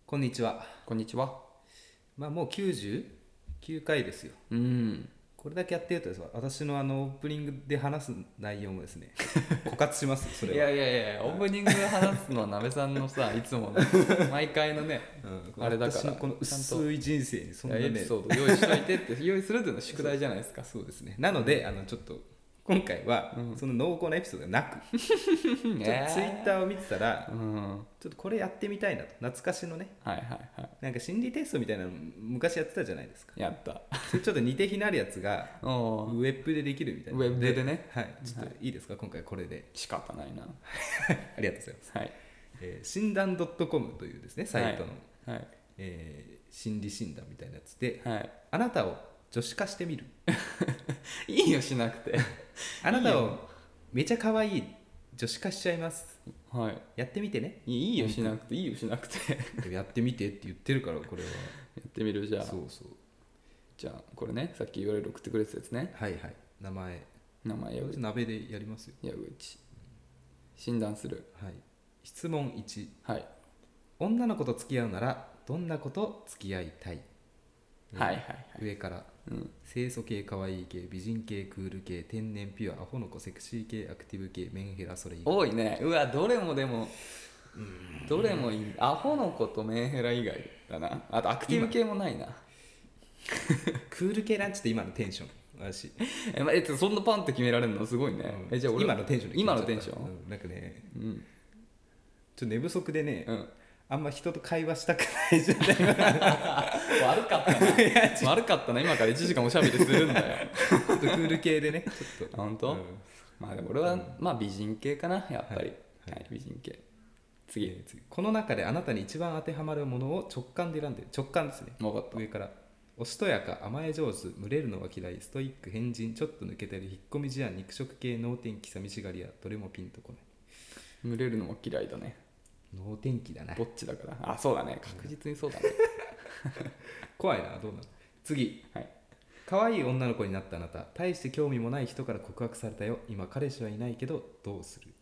こんにちは。 こんにちは。 もう99回ですよ。これだけやってるとですね、私のオープニングで話す内容もですね、枯渇します。それは。 いやいやいや、オープニングで話すのはなべさんのさ、いつもの毎回のね、あれだから、 私のこのちゃんと薄い人生にそんなね、 エピソード用意しといてって用意するっていうのは宿題じゃないですか。 そうですね。なので、ちょっと今回はその濃厚なエピソードがなく、ちょっとツイッターを見てたら、ちょっとこれやってみたいなと、懐かしのね、 はいはいはなんか心理テストみたいなの昔やってたじゃないですか。 い。やった。 それちょっと似て非なるやつがウおーェブでできるみたいな。 ウェブでね。 はい、ちょっといいですか、今回これで。 仕方ないな。 ありがとうございます。 はい。 診断 .com というですねサイトの、 はい心理診断みたいなやつで、 はい。 あなたを女子化してみるいいよしなくて。 あなたをめちゃ可愛い女子化しちゃいます、 はやってみてね。 い。いいよしなくて、いいよしなくて。ややってみてって言ってるからこれはってみるじゃあ。 そうそう、 じゃあこれね、さっき言われる送ってくれてたやつね。 はいはい、名前名前矢口。 鍋でやりますよ。 矢口。診断する。 はい、質問1、 はい。 女の子と付き合うならどんな子と付き合いたい、 はいはいはい。 上から清楚系、可愛い系、美人系、クール系、天然、ピュア、アホの子、セクシー系、アクティブ系、メンヘラ、それ以外。 多いね。うわ、どれもでも、どれもいい。アホの子とメンヘラ以外だな。あとアクティブ系もないな。 クール系なんちって今のテンション私、 そんなパンって決められるのすごいね。じゃあ俺今のテンションで決めちゃった今のテンション、 なんかね、 うん、 ちょっと寝不足でね、 うん、 あんま人と会話したくないじゃない悪かったな。悪かったな。今から1時間おしゃべりするんだよ。 ちょっとクール系でねちょっと本当、まあでも俺は、まあ美人系かな、やっぱり。 はい美人系。次。 次、この中であなたに一番当てはまるものを直感で選んでる。直感ですね。 分かった。 上から、おしとやか、甘え上手、群れるのが嫌い、ストイック、変人、ちょっと抜けてる、引っ込み思案、肉食系、能天気、寂しがり屋、どれもピンとこない。 群れるのも嫌いだね。 能天気だな。 ぼっちだから。あ、そうだね。確実にそうだね。 怖いな、どうなの。次、 はい。 可愛い女の子になったあなた、大して興味もない人から告白されたよ。今彼氏はいないけどどうする。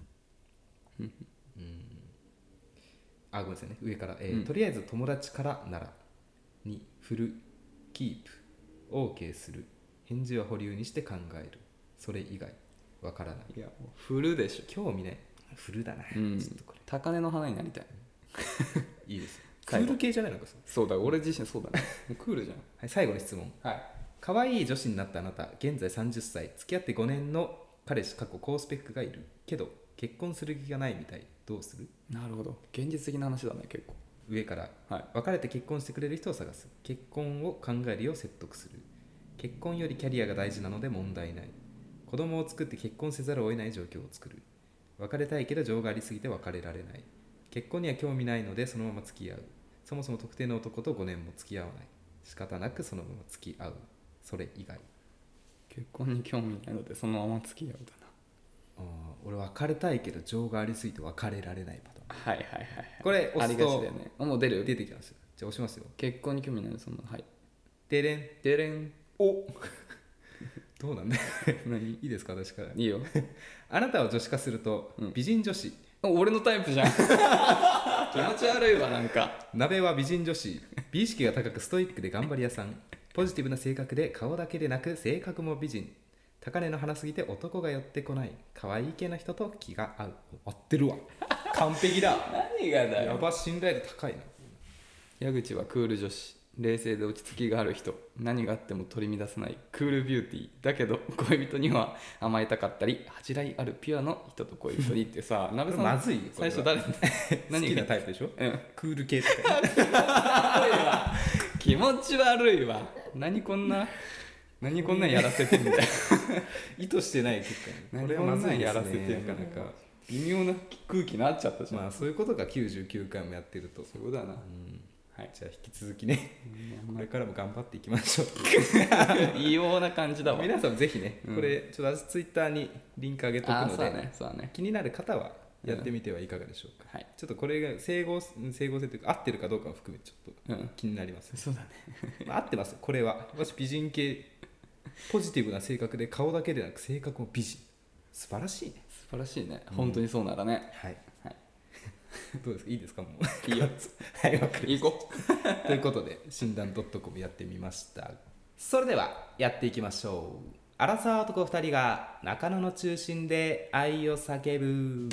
ごめんなさいね、上から、とりあえず友達からなら、2、振る、キープ、OK する、返事は保留にして考える、それ以外わからない。 いや、もう振るでしょ。 興味ない。振るだな、 うん。 ちょっとこ高嶺の花になりたい。 れいいです。ク最後ール系じゃないのかそれ。 そうだ、俺自身そうだね。もうクールじゃん。 はい、最後の質問。 はい。 可愛い女子になったあなた、現在30歳、付き合って5年の彼氏、過去高スペックがいるけど結婚する気がないみたい、どうする。 なるほど。現実的な話だね、結構。 上から、 はい。 別れて結婚してくれる人を探す、結婚を考えるよう説得する、結婚よりキャリアが大事なので問題ない、子供を作って結婚せざるを得ない状況を作る、別れたいけど情がありすぎて別れられない、結婚には興味ないのでそのまま付き合う、そもそも特定の男と5年も付き合わない、仕方なくそのまま付き合う、それ以外。 結婚に興味ないのでそのまま付き合うだな。 俺別れたいけど情がありすぎて別れられないパターン。 はいはいはいはい。 これ押ありすとがちだよね。もう出る。 出てきますよ。じゃあ押しますよ。 結婚に興味ないのそんな。はい。 でれん。 でれん。 おどうなんだ何いいですか、私から。 いいよ。 あなたを女子化すると、美人女子、 俺のタイプじゃん。気持ち悪いわ、なんか。 鍋は美人女子、美意識が高くストイックで頑張り屋さん、ポジティブな性格で顔だけでなく性格も美人、高嶺の花すぎて男が寄ってこない、可愛い系の人と気が合う。合ってるわ、完璧だ。 何がだよ。 やば、信頼度高いな。 矢口はクール女子。冷静で落ち着きがある人。何があっても取り乱さないクールビューティー。だけど恋人には甘えたかったり、恥じらいあるピュアの人と恋人にってさ、鍋さんまずいよこれは最初誰好きなタイプでしょ、クール系って気持ち悪いわ。何こんなんやらせてんだよ。 意図してない結果に、これはまずいですね。なかなか微妙な空気になっちゃったじゃん。 まあそういうことが99回もやってると。 そういうことだな。 はい、じゃあ引き続きね、これからも頑張っていきましょう。 異様な感じだわ。 皆さんもぜひね、これちょっと私ツイッターにリンク上げとくのそうだで、 ねそうだね。 気になる方はやってみてはいかがでしょうか。 はい。 ちょっとこれが整合性というか合ってるかどうかも含めちょっと気になります。 そうだね。 合ってますよ、これは。私美人系、ポジティブな性格で顔だけでなく性格も美人、素晴らしいね。 素晴らしいね。本当にそうならね。 はい。 はい。 どうですか、いいですかもう。 いいよはいわかりました行こということで診断 .com やってみました。それではやっていきましょう。アラサー男2人が中野の中心で愛を叫ぶ。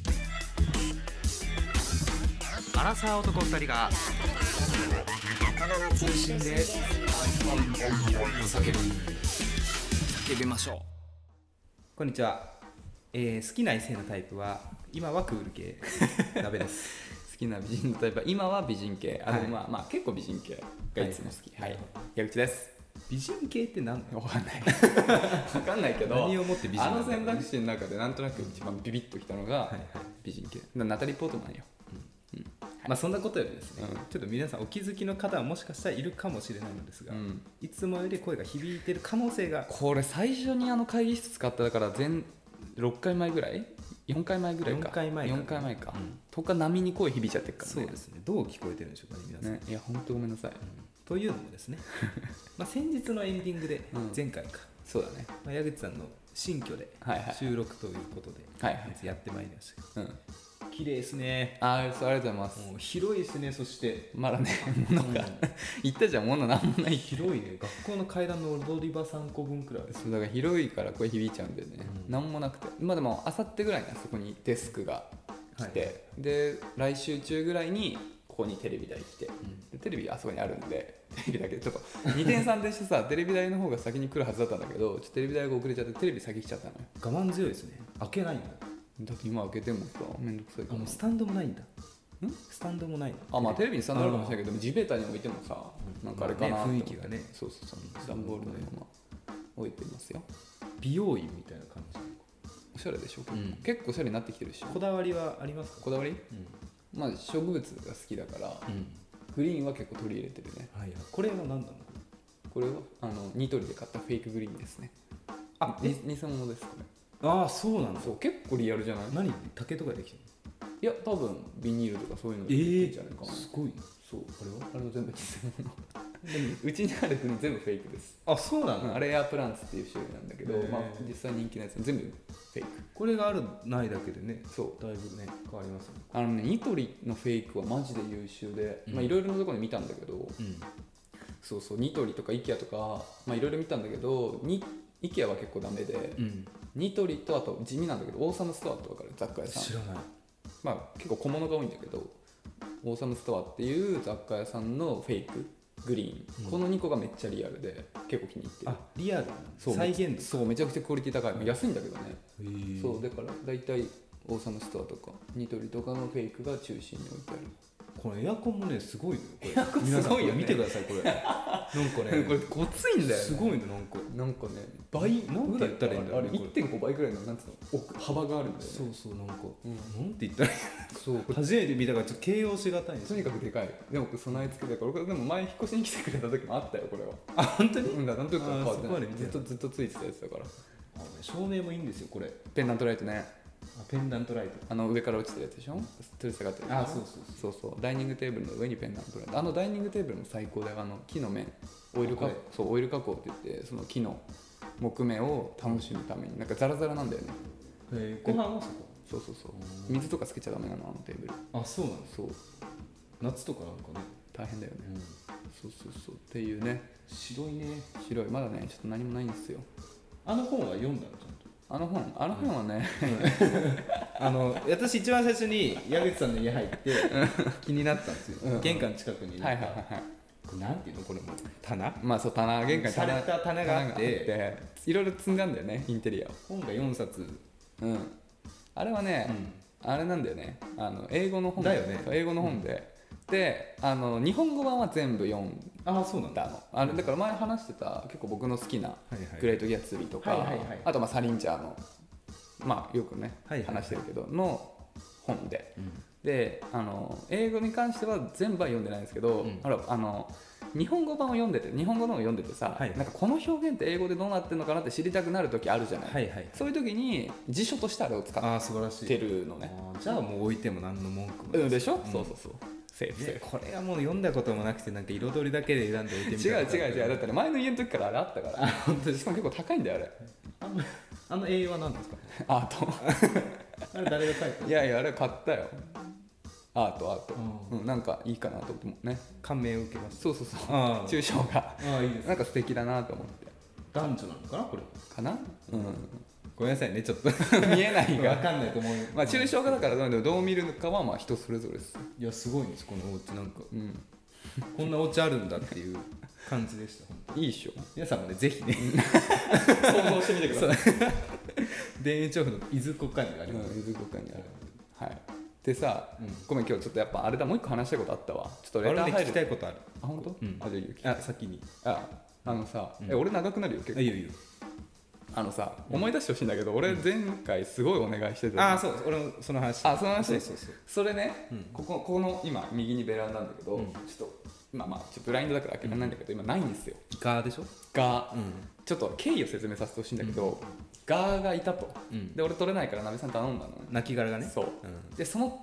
アラサー男2人が中野の中心で愛を叫ぶ。 叫びましょう。 こんにちは、好きな異性のタイプは今はクール系鍋です好きな美人のタイプは今は美人系、 はいでもまあ結構美人系がいつも好き。はい、矢口です。 美人系って何だよ。 わかんないわかんないけど、 何をもって美人なんだろうね選択肢の中でなんとなく一番ビビッときたのがはいはい美人系、ナタリー・ポートマンよ。 まあそんなことよりですね、 うんちょっと皆さんお気づきの方はもしかしたらいるかもしれないのですが、 うんいつもより声が響いてる可能性がこれ最初に会議室使っただから6回前ぐらい4回前ぐらいか 4回前か 4回前か、 うんとか波に声響いちゃってるからね。 そうですね、どう聞こえてるんでしょうかね皆さん、 ね、いや本当ごめんなさい。 というのもですねまあ先日のエンディングでうん前回か、 そうだね。 まあ、矢口さんの新居ではいはい収録ということではいはいやってまいりましたけど、 うん。 綺麗ですね。 そうありがとうございます。 もう広いですね。そしてまだね物が言ったじゃん、物なんもない。 広いね。学校の階段の踊り場3個分くらいある。 そうだから広いから声響いちゃうんだよね、なんもなくて、まあでもあさってぐらいにあそこにデスクが来て、 はいで来週中ぐらいにここにテレビ台来て、でテレビあそこにあるんで、テレビだけちょっと2点3点してさテレビ台の方が先に来るはずだったんだけど、ちょっとテレビ台が遅れちゃってテレビ先来ちゃったのよ。 我慢強いですね。開けないんだ。 だって今開けてもさめんどくさいからスタンドもないんだ。スタンドもないの。 まあテレビにスタンドあるかもしれないけど、地べたに置いてもさ、なんかあれかなと思って、 雰囲気がね。 そうそうそう、段ボールのまま置いてますよ。 美容院みたいな感じ。 おしゃれでしょ、 うん結構おしゃれになってきてるし。 こだわりはありますか？ こだわり、 うん。 まあ植物が好きだから、 うん。 グリーンは結構取り入れてるね。 はいはい。これは何なの？ これはニトリで買ったフェイクグリーンですね。偽物ですこれ。 ああ、そうなんだ。 そう結構リアルじゃない？ 何？竹とかできてるいや多分ビニールとかそういうのでできてるんじゃないかな。 すごいね。 そうあれは全部偽物。でもうちにあるグリーン全部フェイクです。 あ、そうなんだ。 あれエアプランツっていう種類なんだけど、 へーまあ、実際人気のやつ全部フェイク。 これがあるないだけでね、 そうだいぶね変わりますよね。 ニトリのフェイクはマジで優秀で、 うんまあいろいろなところで見たんだけど、 うん。 そうそうニトリとか IKEA とかまあいろいろ見たんだけど、IKEA は結構ダメで、 うん。 ニトリとあと地味なんだけどオーサムストアって分かる雑貨屋さん。 知らない。 まあ結構小物が多いんだけど、オーサムストアっていう雑貨屋さんのフェイクグリーン、 うんこの2個がめっちゃリアルで結構気に入ってる。 あ、リアルなそう再現度。 そうめちゃくちゃクオリティ高い、まあ安いんだけどね。 へーそうだから大体オーサムストアとかニトリとかのフェイクが中心に置いてある。 これエアコンもねすごいのよ。これエアコンすごいよね皆さんこれ見てくださいこれ。なんかねこれごついんだよね。 すごいのなんか。 なんかね倍なんて言ったらいいんだろうねあれ1.5倍くらいのなんつうの幅があるんだよね。 そうそうなんか、 うんなんて言ったらいいそうこれ初めて見たからちょっと形容しがたいんですとよ。 にかくでかい。でも備え付けだから、俺でも前引っ越しに来てくれた時もあったよこれは。 あ、本当に？ うんだなんというか変わってない。 そこまで見てずっとついてたやつだから。 あ、照明もいいんですよこれ。 ペンダントライトね。 あ、ペンダントライト。 上から落ちてるやつでしょ。吊る下がってるでしょ。 あ、そうそうそうダイニングテーブルの上にペンダントライト。ダイニングテーブルも最高で、木の面オイル加これそうオイル加工って言って、その木の木目を楽しむためになんかザラザラなんだよね。 ご飯はそこ。 そう水とかつけちゃダメなのテーブル。 あ、そうなんです。 そう夏とかなんかね。 大変だよね。 うん。 そうっていうね。 白いね。 白いまだねちょっと何もないんですよ。 あの本は読んだのちゃんと。 あの本はね、 私一番最初に矢口さんの家入って気になったんですよ、 うん玄関近くにいるはいはいはいこれなんていうのこれも棚まあそう玄関に洒落た棚があっていろいろ積んだんだよねインテリアを。 本が4冊。 あれはね、あれなんだよね英語の本だよね。 英語の本で、で日本語版は全部読んああ、そうなんだ。 だの。だから前話してた結構僕の好きなはいはいグレート・ギャツビーとか、 はいはいはいあとまあサリンジャーのまあよくね、 はいはいはい話してるけどの本で、 うんで英語に関しては全部は読んでないんですけど、 うん日本語版を読んでて日本語のを読んでてさ、 はいはいなんかこの表現って英語でどうなってるのかなって知りたくなる時あるじゃない、 はいはいはい。 そういう時に辞書としてあれを使ああ、素晴らしい。 ってるのね。 あーじゃあもう置いても何の文句もないうんでしょ、 んそうセーフセーねフ。 これはもう読んだこともなくてなんか彩りだけで選んで置いてみた違うだってね前の家の時からあれあったから本当にしかも結構高いんだよあれあの栄養は何ですか？ アートあれ誰が書いたの？ いやあれ買ったよ。 アート、なんかいいかなと思ってね。 感銘を受けました。 そうそうそう、 あ抽象があ、いいです。 なんか素敵だなと思って男女なのかなこれ。 かな。 ごめんなさいね、ちょっと見えないがわかんないと思う。 まあ抽象画だからどう見るのかはまあ人それぞれです。 いや、すごいんです、このお家なんか。 うんこんなお家あるんだっていう感じでした。本当にいいっしょ。 皆さんもね、ぜひね、 想像してみてください。 田園調布の伊豆国会にあります。 伊豆国会にある。はい。でさ、 うんごめん今日ちょっとやっぱあれだ、もう一個話したいことあったわ。ちょっとレあれで聞ター入る。 きたいことある。 あ本当？ うんあじゃあいいよ。 あ、先に。 あのさ、 うん俺長くなるよ結構。 あ、いいよいいよ。 あのさ、思い出してほしいんだけど、俺前回すごいお願いしてた。 あ、そう、俺もその話。 あその話そうそうそう。 それね、 うんここの今右にベランダなんだけど、 うんちょっとまあちょっとブラインドだから開けられないんだけど、今ないんですよ。 ガーでしょ。 が、 うん。 ちょっと経緯を説明させてほしいんだけど、ガーがいたと。 うん。 で俺取れないから鍋さん頼んだの。 亡きがね。 そう。 うん。 でその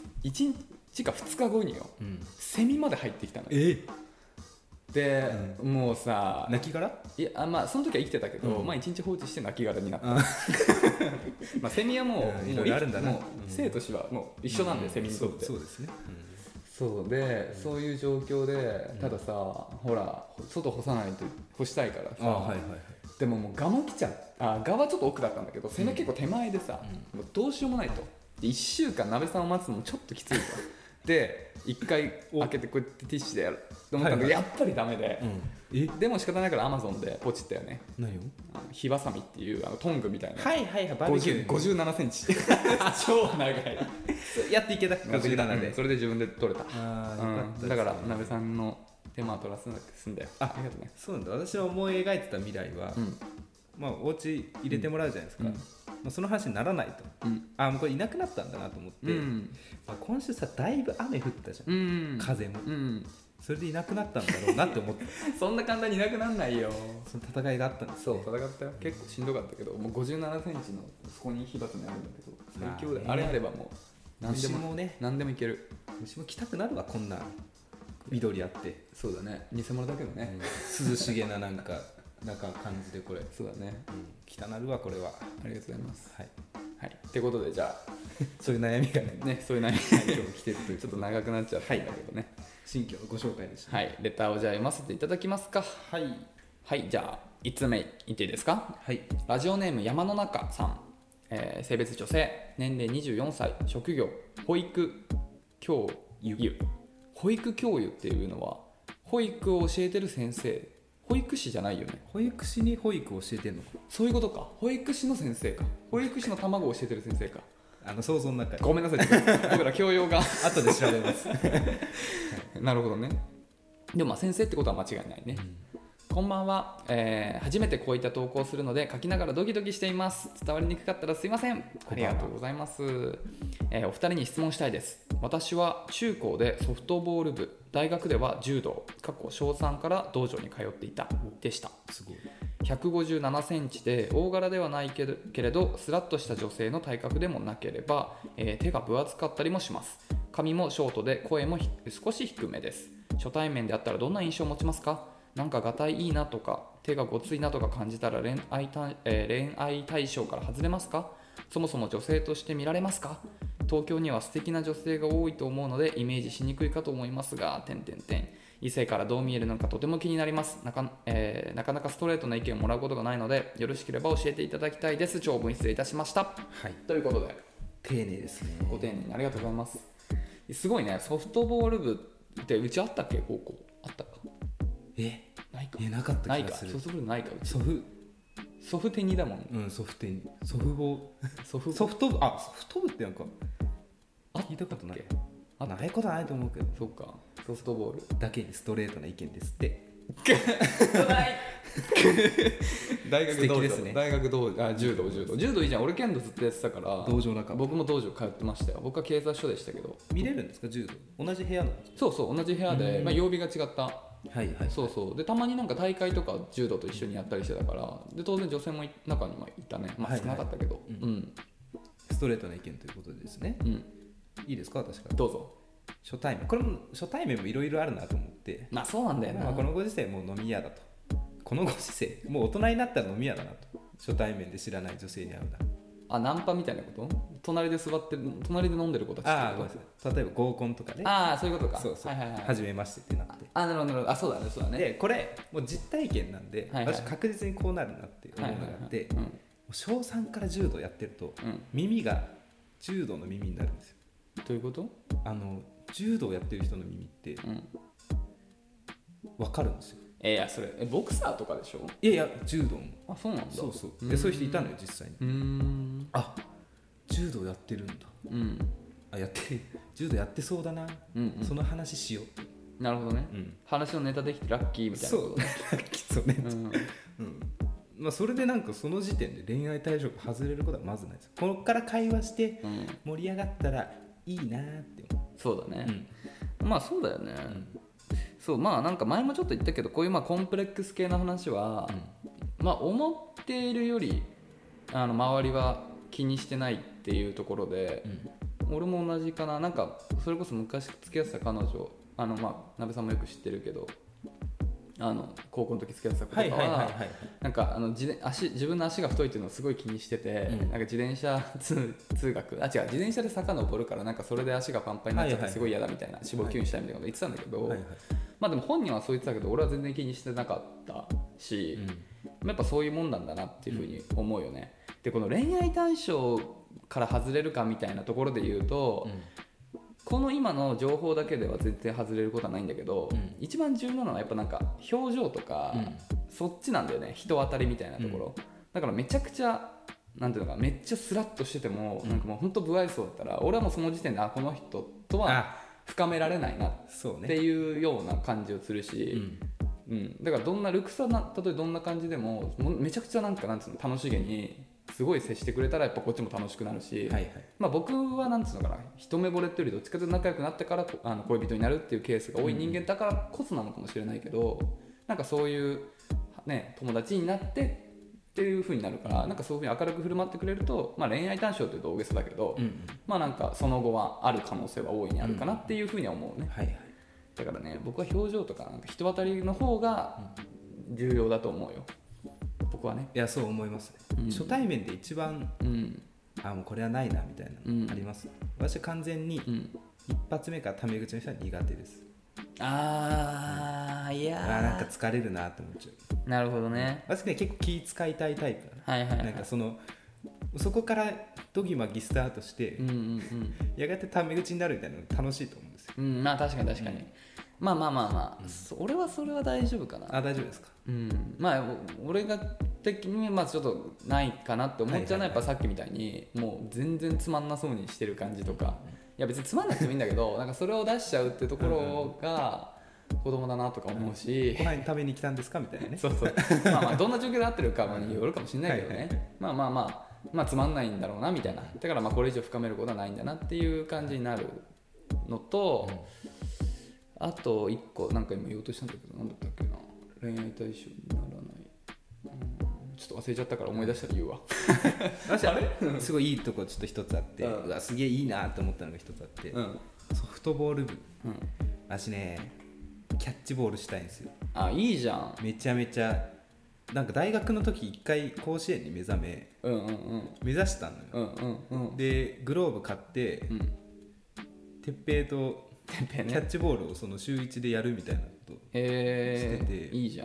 1日か2日後によ、 うん。 セミまで入ってきたのよ。 え、 で、もうさ、 亡きがいやまあその時は生きてたけど、 うんまあ1日放置して亡きになった。 あ、 まあセミはもう、 いろいろあるんだな。 もう生と死はもう一緒なんで、セミにとって。 そうですね。 そうで、そういう状況で、たださ、ほら外干さないと干したいからさ、 あ、はいはいはい。 でももうガも来ちゃう。ガはちょっと奥だったんだけど、セミは結構手前でさ、もうどうしようもないと。で1週間鍋さんを待つのもちょっときついと。で1回開けてこうやってティッシュでやると思ったんだけど、やっぱりダメで、 え、 でも仕方ないからアマゾンでポチったよね。 何を。 火ばさみっていうトングみたいな、 はいはいはい、バーベキュー。 57センチ超長いやっていけた。57で。 それで自分で取れた。 ああ、よかったですね。 だから鍋さんの手間を取らすんだよ。 ありがとうね。 そうなんだ。私の思い描いてた未来は、まあお家入れてもらうじゃないですか。 うんまあその話にならないと。あ、もうこれいなくなったんだなと思って。まあ今週さ、だいぶ雨降ったじゃん。風も。それでいなくなったんだろうなって思ってそんな簡単にいなくなんないよ。 その戦いがあったんですそうね。 戦ったよ。結構しんどかったけど、もう57センチのそこに火鉢にあるんだけど、 まあ最強で、あれあればもう何でも虫もね、 何でもいける。 虫も来たくなるわ、こんな緑あって、 そうだね。偽物だけどね。 涼しげななんか感じでこれ、 そうだね。 来たなるわこれは。 ありがとうございます。 はい。 はい。ってことでじゃそういう悩みがあね、そういう悩み今日来てるというちょっと長くなっちゃったんだけどね。 新居のご紹介でした。 はい、レターをじゃあ読ませていただきますか。 はいはい、じゃあ1つ目いっていいですか。 はい。 ラジオネーム山の中さん、性別女性、年齢24歳、職業保育教諭。保育教諭っていうのは保育を教えてる先生、保育士じゃないよね。 保育士に保育を教えてんのか。 そういうことか。保育士の先生か。保育士の卵を教えてる先生か。 想像の中でごめんなさい、僕ら教養が後で調べます。 なるほどね。でもまあ先生ってことは間違いないね。こんばんは、初めてこういった投稿をするので書きながらドキドキしています。伝わりにくかったらすいません。ありがとうございます。お二人に質問したいです。私は中高でソフトボール部、大学では柔道、過去小3から道場に通っていたでした。 すごい。 157センチで大柄ではないけれどスラッとした女性の体格でもなければ、手が分厚かったりもします。髪もショートで声も少し低めです。初対面であったらどんな印象を持ちますか？なんかがたいいいなとか手がごついなとか感じたら恋愛対象から外れますか？そもそも女性として見られますか？東京には素敵な女性が多いと思うのでイメージしにくいかと思いますが異性からどう見えるのかとても気になります。なかなかストレートな意見をもらうことがないのでよろしければ教えていただきたいです。長文失礼いたしました。 はい。 ということで丁寧ですね。 ご丁寧にありがとうございます。すごいね。ソフトボール部ってうちあったっけ？高校あったか？ないか。 なかったないか。 気がする。 ソフトボールないか。うちソフテニだもん。 うん、ソフテニ、ソフボソフソフト部、あ、ソフト部ってなんか聞いたことない。ないことないと思うけど。 そっか。ソフトボールだけにストレートな意見ですって。 大学道場素敵ですね。 大学道あ柔道いいじゃん。俺剣道ずっとやってたから道場仲間。 僕も道場通ってましたよ。僕は警察署でしたけど。 見れるんですか、柔道？同じ部屋なんですか？ そうそう、同じ部屋で、曜日が違った。 はいはい。 そうそう。でたまになんか大会とか柔道と一緒にやったりしてたから、で当然女性も中にはいたね。まあ少なかったけど。 ストレートな意見ということでですね。いいですか、私から。 どうぞ。 初対面、これも初対面もいろいろあるなと思って。 まあそうなんだよな。 このご時世もう飲み屋だと。このご時世もう大人になったら飲み屋だなと。初対面で知らない女性に会うな。 ナンパみたいなこと？隣で座って隣で飲んでる子たちってああ、 こと？ ごめんなさい。例えば合コンとかで、 そういうことか。 そうそう、 はいはいはい。 初めましてってなって、 なるほどなるほど。そうだねそうだね。 でこれもう実体験なんで、 はいはい私確実にこうなるなって思うのがあって、もう小3から柔道やってると、耳が柔道の耳になるんですよ。 どういうこと？ 柔道やってる人の耳って分かるんですよ。 いやそれボクサーとかでしょ？ いやいや柔道も。 そうなんだ。 そうそうでそういう人いたのよ実際に。柔道やってるんだ。やって柔道やってそうだな、その話しよう。 なるほどね、話のネタできてラッキーみたいなことね。 そうラッキーそうね、それでなんかその時点で恋愛対象が外れることはまずないです。ここから会話して盛り上がったらいいなって思う。 そうだね、そうだよね、そうなんか前もちょっと言ったけど、こういうコンプレックス系の話は、思っているより周りは気にしてないっていうところで、俺も同じかな。なんかそれこそ昔付き合ってた彼女、鍋さんもよく知ってるけど、高校の時付き合ってた子とかはなんか自分の足が太いっていうのをすごい気にしてて、なんか自転車通学自転車で坂登るからなんかそれで足がパンパンになっちゃってすごい嫌だみたいな、脂肪吸引したいみたいなこと言ってたんだけど、でも本人はそう言ってたけど俺は全然気にしてなかったし、やっぱそういうもんなんだなっていうふうに思うよね。でこの恋愛対象から外れるかみたいなところで言うと、この今の情報だけでは全然外れることはないんだけど、一番重要なのはやっぱなんか表情とか、そっちなんだよね。人当たりみたいなところ、だからめちゃくちゃなんていうのか、めっちゃスラッとしてても、なんかもう本当不愛想だったら俺はもうその時点でこの人とは深められないなっていうような感じをするし、だからどんなルクサな例えばどんな感じでもめちゃくちゃなんていうの楽しげにすごい接してくれたらやっぱこっちも楽しくなるし、僕はなんていうのかな、一目惚れっていうよりどっちかというと仲良くなってから恋人になるっていうケースが多い人間だからこそなのかもしれないけど、なんかそういうね友達になってっていう風になるから、なんかそういう風に明るく振る舞ってくれると、恋愛対象というと大げさだけど、なんかその後はある可能性は大いにあるかなっていう風には思うね。だからね、僕は表情とかなんか人当たりの方が重要だと思うよ、僕はね。 いやそう思いますね、初対面で一番、もうこれはないなみたいな、あります。私は完全に一発目からタメ口の人は苦手です。いやなんか疲れるなって思っちゃう。 なるほどね。 私ね結構気使いたいタイプだな、なんかそこからドギマギスタートして、やがてタメ口になるみたいなの楽しいと思うんですよ。 確かに確かに、俺はそれは大丈夫かな。 大丈夫ですか。 俺が的にちょっとないかなって思っちゃうのはやっぱさっきみたいにもう全然つまんなそうにしてる感じとか、いや別につまんなくてもいいんだけどなんかそれを出しちゃうってところが子供だなとか思うし、 ご飯食べに来たんですかみたいなね。 そうそうどんな状況で合ってるかによるかもしれないけどね、つまんないんだろうなみたいな、だからこれ以上深めることはないんだなっていう感じになるのと、あと1個なんか今言おうとしたんだけど、なんだったっけな、恋愛対象にならない、ちょっと忘れちゃったから思い出したら言うわ私あれすごいいいとこちょっと一つあって、うわすげえいいなと思ったのが一つあって、ソフトボール部、私ねキャッチボールしたいんですよ。 いいじゃん。 めちゃめちゃなんか大学の時一回甲子園に目覚め、目指したのよ、でグローブ買って、鉄平とキャッチボールをその週1でやるみたいなことしてて、 いいじゃん。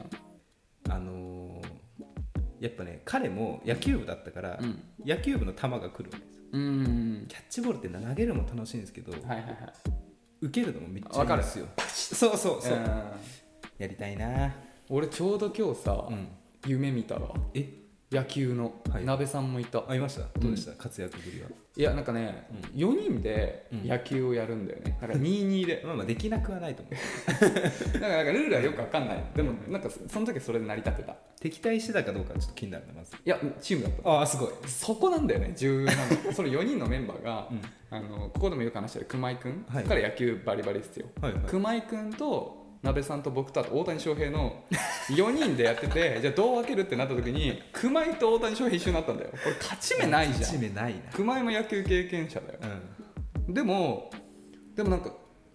やっぱね彼も野球部だったから、野球部の球が来るわけですよ。キャッチボールって投げるのも楽しいんですけど、受けるのもめっちゃいいんですよ。そうそうそう、やりたいな。 俺ちょうど今日さ、夢見たわ。野球の、鍋さんもいた。 いました。どうでした、活躍ぶりは。 いやなんかね、4人で野球をやるんだよね。なんか2-2でできなくはないと思うなんかルールはよく分かんない。でもなんかその時それで成り立ってた。 敵対してたかどうかちょっと気になるな。まずいやチームだった。 すごい。 そこなんだよね、重要なのそれ4人のメンバーが、ここでもよく話してる熊井君から野球バリバリですよ。熊井君と鍋さんと僕とあと大谷翔平の4人でやっててじゃあどう分けるってなった時に熊井と大谷翔平一緒になったんだよ。これ勝ち目ないじゃん。 勝ち目ないな。 熊井も野球経験者だよ、でもなんか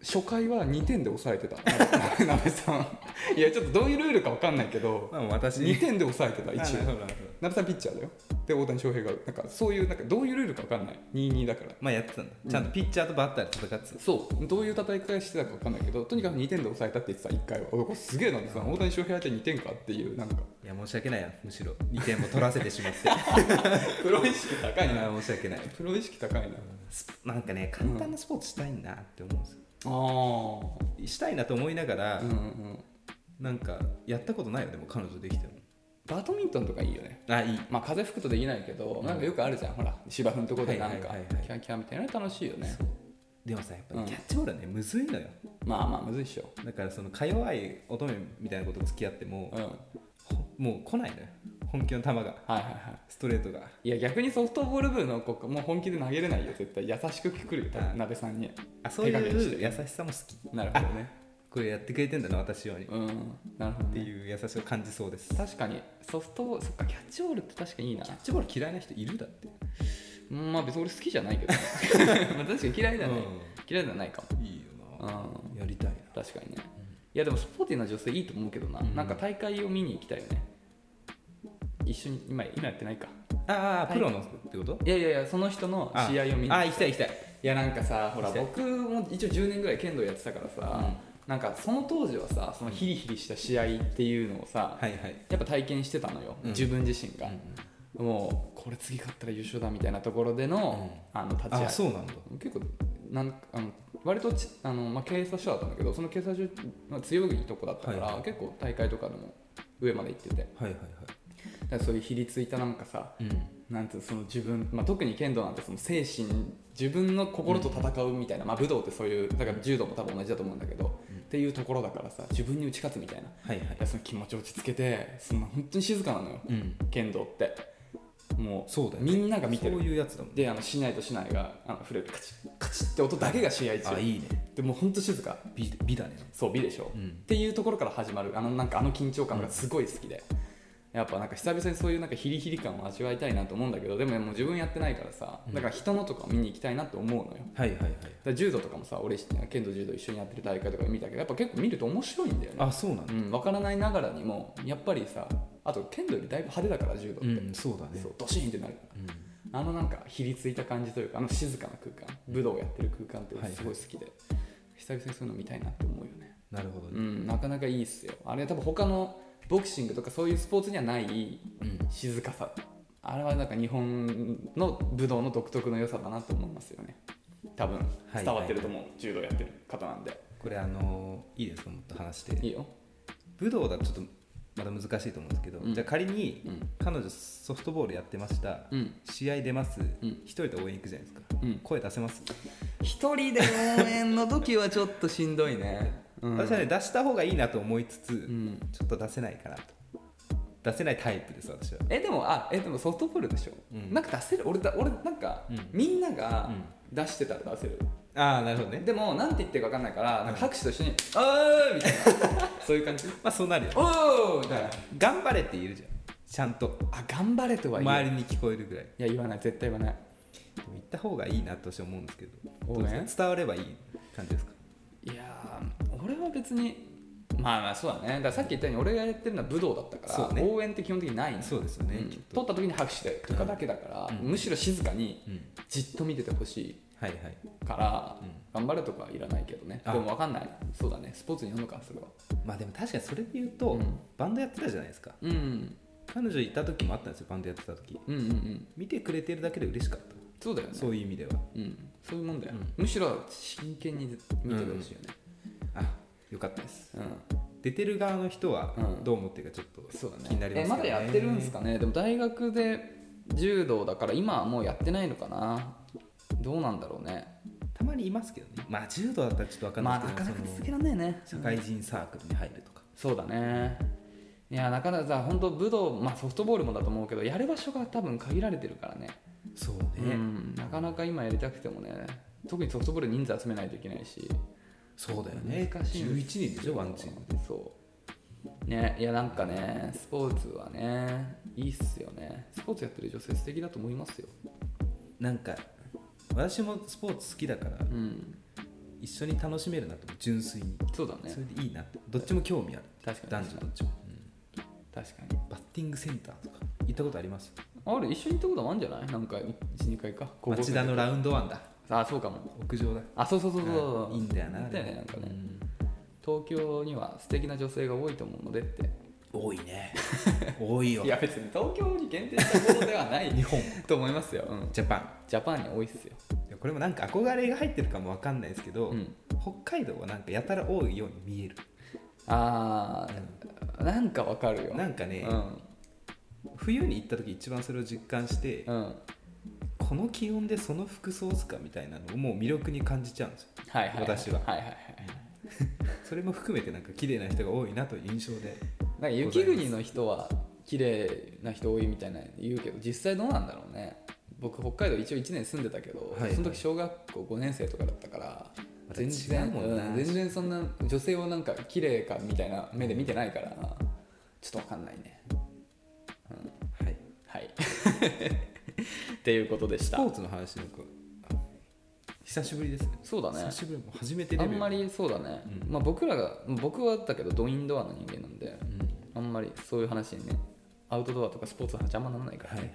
初回は2点で抑えてたなべさん。いやちょっとどういうルールか分かんないけど、 まあ私 2点で抑えてた一応。 なるほどなるほど。 なべさんピッチャーだよ。で大谷翔平がなんかそういうなんかどういうルールか分かんない。2-2だから。 まあやってたんだ、ちゃんとピッチャーとバッターで戦ってた。 そうどういう戦い方してたか分かんないけど、とにかく2点で抑えたって言ってた1回は。これすげえなべさん、大谷翔平相手に2点かっていうなんかいや申し訳ないや、むしろ2点も取らせてしまってプロ意識高いな。 申し訳ない。 プロ意識高いな。 なんかね簡単なスポーツしたいなって思うんですよ、 あしたいなと思いながら、 あ、うんうん。 なんかやったことないよ。でも彼女できてもバドミントンとかいいよね。 あいい。 まあ風吹くとできないけど、なんかよくあるじゃん、ほら芝生のところでなんかはいはいはいはいキャンキャンみたいなの楽しいよね。 でもさやっぱりキャッチボールはね、むずいのよ。 まあまあむずいっしょ。 だからそのか弱い乙女みたいなこと付き合っても、 うん、はいもう来ないのよ、本気の球が、 はいはい。 ストレートが。 いや逆にソフトボール部の子もう本気で投げれないよ絶対。優しく来るよ多分鍋さんに。 あ、そうい手加減してう優しさも好き。 なるほどね。 これやってくれてんだな私用に、っうん、なるほどね。 ていう優しさを感じそうです。 確かにソフトボール、そっかキャッチボールって確かにいいな。 キャッチボール嫌いな人いるだって。 まあ別に俺好きじゃないけどねまあ確かに嫌いだね、嫌いではないかも。 いいよな、 うん、 やりたいな。 確かにね。いやでもスポーティーな女性いいと思うけどな、なんか大会を見に行きたいよね。一緒に今やってないか。 ああプロのってこと？ いやいやいやその人の試合を見にあ行きたい行きたい。 いやなんかさほら行きたい僕も一応10年ぐらい剣道やってたからさ、なんかその当時はさそのヒリヒリした試合っていうのをさ、 はいはい。 やっぱ体験してたのよ、自分自身が、もうこれ次勝ったら優勝だみたいなところでの、立ち合い。 あそうなんだ。 結構割と警察署だったんだけど、その警察署が強いとこだったから、 はいはい結構大会とかでも上まで行ってて、 はいはいはい。 だからそういうひりついたなんかさ、なんていうその自分、特に剣道なんてその精神、自分の心と戦うみたいな、武道ってそういう、だから柔道も多分同じだと思うんだけど、っていうところだからさ、自分に打ち勝つみたいな、 はいはい。 その気持ちを落ち着けて、その本当に静かなのよ、剣道ってもうそうだよね、 みんなが見てる。 そういうやつだもん。 で市内と市内が触れるカチッカチッって音だけが試合中。 あいいね。 でもう本当静か。 美だね。 そう美でしょ、っていうところから始まるなんか緊張感がすごい好きで、やっぱなんか久々にそういうなんかヒリヒリ感を味わいたいなと思うんだけど、でももう自分やってないからさ、だから人のとか見に行きたいなって思うのよ。 はいはいはい。 だから柔道とかもさ、俺剣道柔道一緒にやってる大会とかで見たけど、やっぱ結構見ると面白いんだよね。 あそうなんだ。 分からないながらにもやっぱりさ、あと剣道よりだいぶ派手だから柔道って、 そうだね。 そうドシーンってなるから、なんかひりついた感じというか、静かな空間、武道をやってる空間ってすごい好きで、久々にそういうの見たいなって思うよね。 なるほどね。 なかなかいいっすよ。あれ多分他のボクシングとかそういうスポーツにはない静かさ、あれはなんか日本の武道の独特の良さだなと思いますよね。多分伝わってると思う、柔道やってる方なんで。 これいいですか、もっと話して。 いいよ。 武道だとちょっとまだ難しいと思うんですけど、じゃあ仮に彼女ソフトボールやってました、試合出ます、一人で応援行くじゃないですか、声出せます？ 一人で応援の時はちょっとしんどいね。 私はね出した方がいいなと思いつつ、ちょっと出せないかなと。出せないタイプです私は。 でもソフトボールでしょ、なんか出せる。俺なんか、みんなが出してたら出せる。 ああなるほどね。 でもなんて言ってるか分かんないから、なんか拍手と一緒に「あー」みたいなそういう感じ。 まあそうなるよ。 おーみたいな。 頑張れって言えるじゃん、ちゃんと。 頑張れとは言う。 周りに聞こえるぐらい。 いや言わない、絶対言わない。 でも言った方がいいなと私は思うんですけど、 応援どうですか、伝わればいい感じですか？ いや俺は別にまあそうだね。だからさっき言ったように俺がやってるのは武道だったから、応援って基本的にないんそうですよね、 取った時に拍手でとかだけだから、むしろ静かにじっと見ててほしいから、頑張れとかはいらないけどね。でも分かんない。そうだね、スポーツによるのかそれは。 まあでも確かにそれで言うと、バンドやってたじゃないですか。彼女いた時もあったんですよ、バンドやってた時。見てくれてるだけで嬉しかった。 そうだよね、 そういう意味では。 そういうもんだよ、むしろ真剣に見ててほしいよね。 あ、よかったです。出てる側の人はどう思ってるかちょっと気になりますね。 まだやってるんですかね。でも大学で柔道だから今はもうやってないのかな。どうなんだろうね。 たまにいますけどね。まあ柔道だったらちょっと分かんないですけど、 なかなか続けられないね。 社会人サークルに入るとか。 そうだね。いやなかなかさ、本当武道、ソフトボールもだと思うけど、やる場所が多分限られてるからね。 そうね、 なかなか今やりたくてもね、特にソフトボール人数集めないといけないし。 そうだよね。 難しい。 11人でしょ、ワンチームで。 そうね。いやなんかね、スポーツはねいいっすよね。スポーツやってる女性素敵だと思いますよ。 なんか私もスポーツ好きだから、 一緒に楽しめるなと思う、純粋に。 そうだね。 それでいいなって、どっちも興味ある。 確かに男女どっちも、 確かに。 バッティングセンターとか行ったことあります？ あれ一緒に行ったこともあるんじゃない？なんか12回か。 町田のラウンドワンだ。 あ、そうかも。 屋上だ。 あ、そうそうそうそう、 いいんだよな。 行ったよね、なんかね、東京には素敵な女性が多いと思うのでって。 多いね。多いよ。 いや別に東京に限定したものではない日本と思いますよ、 ジャパン。 ジャパンに多いっすよ。 これもなんか憧れが入ってるかもわかんないですけど、 うん北海道はなんかやたら多いように見える。 あー、なんかわかるよ。 なんかね、 うん冬に行った時一番それを実感して、 うんこの気温でその服装ですかみたいなのをもう魅力に感じちゃうんですよ、 はいはいはい、 私は。 はいはいはい。 それも含めてなんか綺麗な人が多いなという印象で。 なんか雪国の人は綺麗な人多いみたいな言うけど、実際どうなんだろうね。僕北海道一応1年住んでたけど、 はいはい、 その時小学校5年生とかだったから全然、 違うもんな、 全然そんな女性をなんか綺麗かみたいな目で見てないからちょっと分かんないね、 はいはいっていうことでした。 スポーツの話なんか久しぶりですね。 そうだね、 久しぶり、もう初めてレベル。 あんまりそうだね、まあ、僕はだけどドインドアの人間なんで、あんまりそういう話にね、アウトドアとかスポーツの邪魔にならないからね、 はいはい、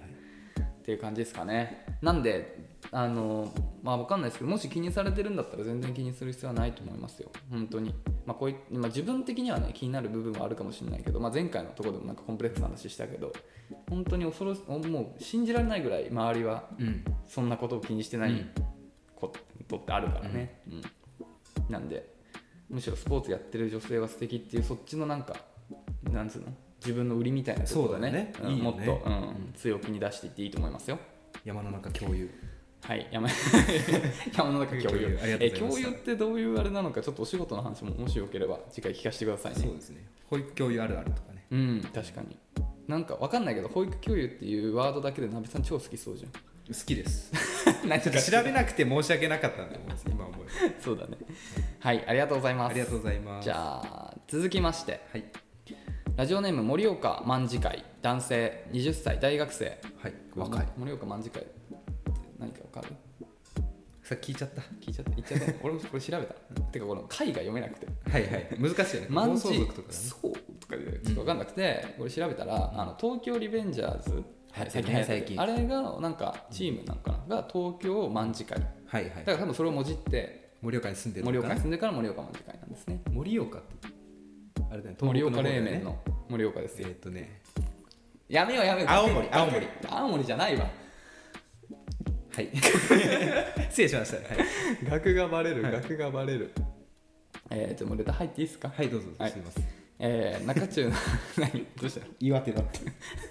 っていう感じですかね。なんでまあ分かんないですけど、もし気にされてるんだったら全然気にする必要はないと思いますよ、本当に。まあ自分的にはね気になる部分はあるかもしれないけど、まあ、前回のところでもなんかコンプレックスな話したけど、本当にもう信じられないぐらい周りはそんなことを気にしてないことってあるからね、なんでむしろスポーツやってる女性は素敵っていう、そっちのなんかなんつうの、自分の売りみたいなところでね、 そうだね、いいよね、 もっと、強気に出していっていいと思いますよ。 山の中共有。 はい山の中共有。 ありがとうございました。 共有ってどういうあれなのか、ちょっとお仕事の話ももしよければ次回聞かせてくださいね。 そうですね、保育共有あるあるとかね。 確かに。なんかわかんないけど保育共有っていうワードだけでなべさん超好きそうじゃん。 好きです何ちょっと調べなくて申し訳なかったなと思います、今思えば。 そうだね。はいありがとうございます。 ありがとうございます。 じゃあ続きまして、 はいラジオネーム盛岡卍会、男性20歳大学生。 はい、若い。 盛岡卍会って何か分かる？ さっき聞いちゃった。 聞いちゃった、言っちゃった俺もこれ調べたてかこの会が読めなくて、 はいはい、難しいよね。 卍放送族とかね。 そうとかでちょっと分かんなくて、これ調べたら、東京リベンジャーズ、最近流行ってる最近あれがなんかチームなんかな、が東京卍会、 はいはいだから多分それをもじって盛岡に住んでるのかな。 盛岡に住んでから盛岡卍会なんですね。 盛岡ってあれだね、 盛岡東北の方だよね冷麺の盛岡ですよ。やめよ青森じゃないわ。 はい失礼しました。はい額がバレる、 はい額がバレる。もうレター入っていいですか？ はい、どうぞ。 はいすみません。 中中の何どうしたの？ 岩手だって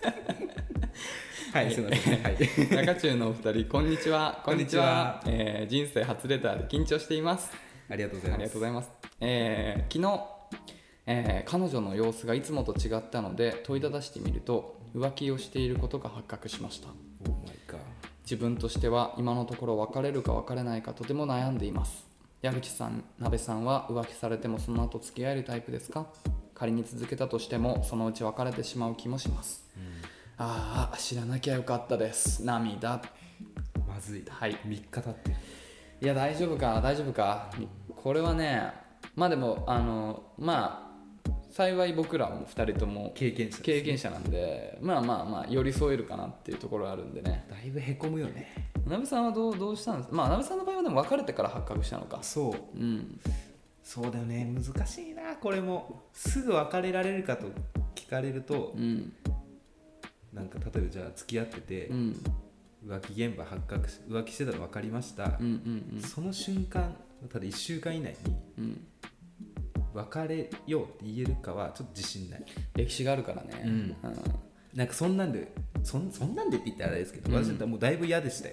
はい、すみません。はい中中のお二人こんにちは。 こんにちは。 人生初レターで緊張しています。 ありがとうございます。 ありがとうございます。昨日、彼女の様子がいつもと違ったので問いただしてみると浮気をしていることが発覚しました。 オーマイガー。 自分としては今のところ別れるか別れないかとても悩んでいます。矢口さん、鍋さんは浮気されてもその後付き合えるタイプですか？仮に続けたとしてもそのうち別れてしまう気もします。ああ知らなきゃよかったです。涙。 まずい。 はい 3日経ってる。 いや大丈夫かこれはね、まあでもまあ幸い僕らも2人とも経験者ですね。 経験者なんで、まあ寄り添えるかなっていうところがあるんでね。 だいぶへこむよね。 なべさんはどうしたんですか？まあなべさんの場合はでも別れてから発覚したのか。 そううんそうだよね。難しいな。これもすぐ別れられるかと聞かれると、 うんなんか例えばじゃあ付き合ってて、 うん浮気現場発覚し浮気してたの分かりました、その瞬間ただ1週間以内に別れようって言えるかはちょっと自信ない。 歴史があるからね。 なんかそんなんでそんなんでって言ったらあれですけど、私だったらもうだいぶ嫌でしたよ。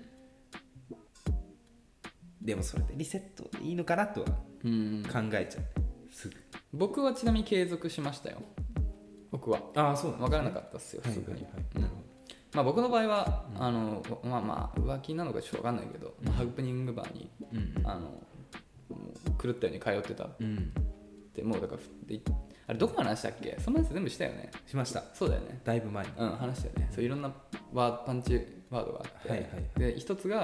でもそれでリセットでいいのかなとは考えちゃう、すぐ。 僕はちなみに継続しましたよ。僕はああそうなん分からなかったっすよ、すぐに。 なるほまあ僕の場合はまあ浮気なのかちょっと分かんないけど、ハプニングバーにもう狂ったように通ってたっど。 て、もうだからあれどこの話したっけ？その話全部したよね。 しました。 そうだよね。 だいぶ前に。 話したよね。そういろんなパンチワードがあって、で一つが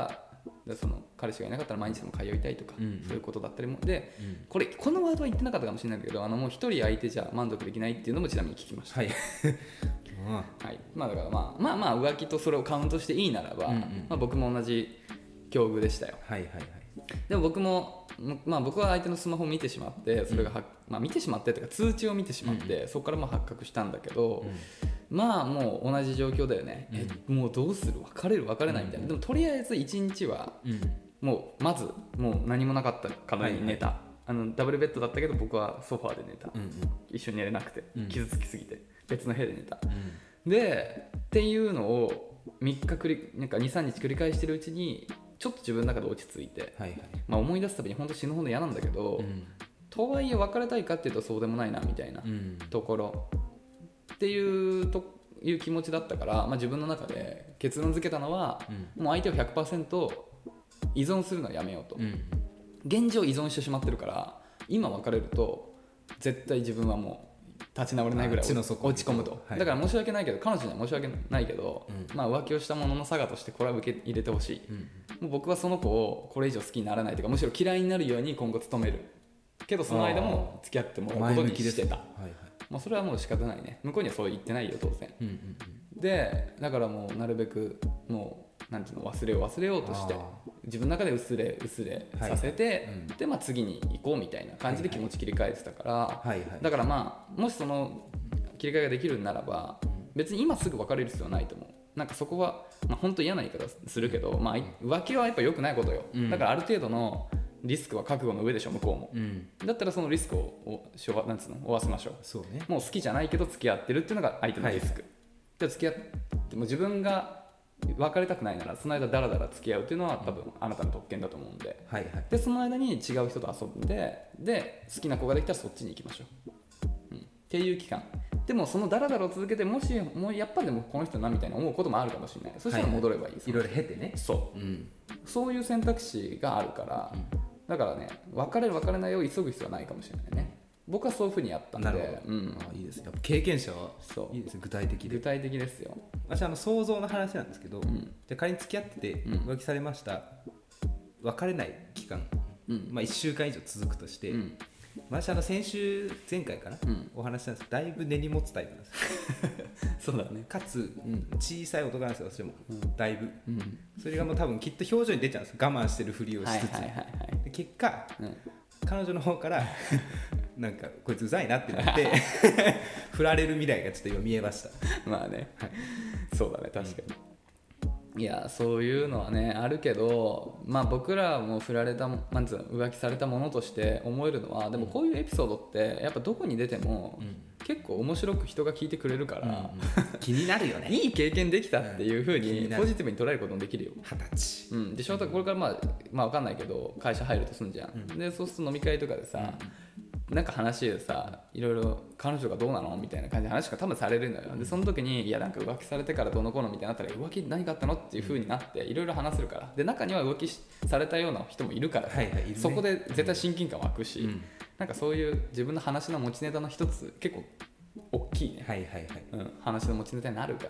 でその彼氏がいなかったら毎日でも通いたいとか、そういうことだったりもで、このワードは言ってなかったかもしれないけどもう一人相手じゃ満足できないっていうのもちなみに聞きました。 はいはい、だからまあ浮気とそれをカウントしていいならば、僕も同じ境遇でしたよ。 はいはいはい。 でも僕は相手のスマホを見てしまってそれが見てしまってというか通知を見てしまって、そこから発覚したんだけど、もう同じ状況だよね、もうどうする別れる別れないみたいな、でもとりあえず1日はもうまずもう何もなかったからに寝た、ダブルベッドだったけど僕はソファーで寝た、一緒に寝れなくて傷つきすぎて別の部屋で寝た、でっていうのをなんか 2,3 日繰り返してるうちにちょっと自分の中で落ち着いて、思い出すたびに本当死ぬほど嫌なんだけど、とはいえ別れたいかっていうとそうでもないなみたいなところ、っていう気持ちだったから、自分の中で結論付けたのは、もう相手を 100% 依存するのはやめようと、現状依存してしまってるから今別れると絶対自分はもう立ち直れないぐらい落ち込むと、だから申し訳ないけど彼女には申し訳ないけど、浮気をしたものの差がとしてこれは受け入れてほしい、もう僕はその子をこれ以上好きにならないというかむしろ嫌いになるように今後努めるけどその間も付き合ってもらうことにしてた、それはもう仕方ないね、向こうにはそう言ってないよ当然、でだからもうなるべくもうなんていうの忘れようとして自分の中で薄れさせて、で次に行こうみたいな感じで気持ち切り替えてたから、だからもしその切り替えができるならば別に今すぐ別れる必要はないと思う。なんかそこは本当嫌な言い方するけど、浮気はやっぱ良くないことよ、だからある程度のリスクは覚悟の上でしょ向こうも、だったらそのリスクをなんつうの負わせましょう。そうね、もう好きじゃないけど付き合ってるっていうのが相手のリスク、で付き合っても自分が別れたくないならその間ダラダラ付き合うっていうのは多分あなたの特権だと思うんで、でその間に違う人と遊んで好きな子ができたらそっちに行きましょう、っていう期間でもそのダラダラを続けてもやっぱりでもこの人なみたいな思うこともあるかもしれない、そしたら戻ればいい、いろいろ経てね、 そういう選択肢があるから、だからね別れる別れないを急ぐ必要はないかもしれないね。僕はそういうふうにやったんで、 いいですね、やっぱ経験者はいいですね、具体的ですよ。 私想像の話なんですけど、じゃあ仮に付き合ってて浮気されました、別れない期間、1週間以上続くとして、私先週前回かな、お話したんですけどだいぶ根に持つタイプなんですそうだね、 かつ、小さい男なんですよ私も、だいぶ、それがもう多分きっと表情に出ちゃうんです、我慢してるふりをしつつ、で結果、彼女の方からなんかこいつうざいなってなって振られる未来がちょっと今見えましたそうだね確かに、いやそういうのはねあるけど、僕らも振られた浮気されたものとして思えるのは、でもこういうエピソードってやっぱどこに出ても、結構面白く人が聞いてくれるから、 気になるよねいい経験できたっていう風にポジティブに捉えることもできるよ。 20歳、 で翔太これから分かんないけど会社入るとすんじゃん、でそうすると飲み会とかでさ、なんか話でさいろいろ彼女がどうなのみたいな感じで話が多分されるのよ。でその時にいやなんか浮気されてからどうのこうのみたいになったら浮気何があったのっていう風になっていろいろ話せるから、で中には浮気されたような人もいるから、そこで絶対親近感湧くし、なんかそういう自分の話の持ちネタの一つ結構大きいね、話の持ちネタになるから、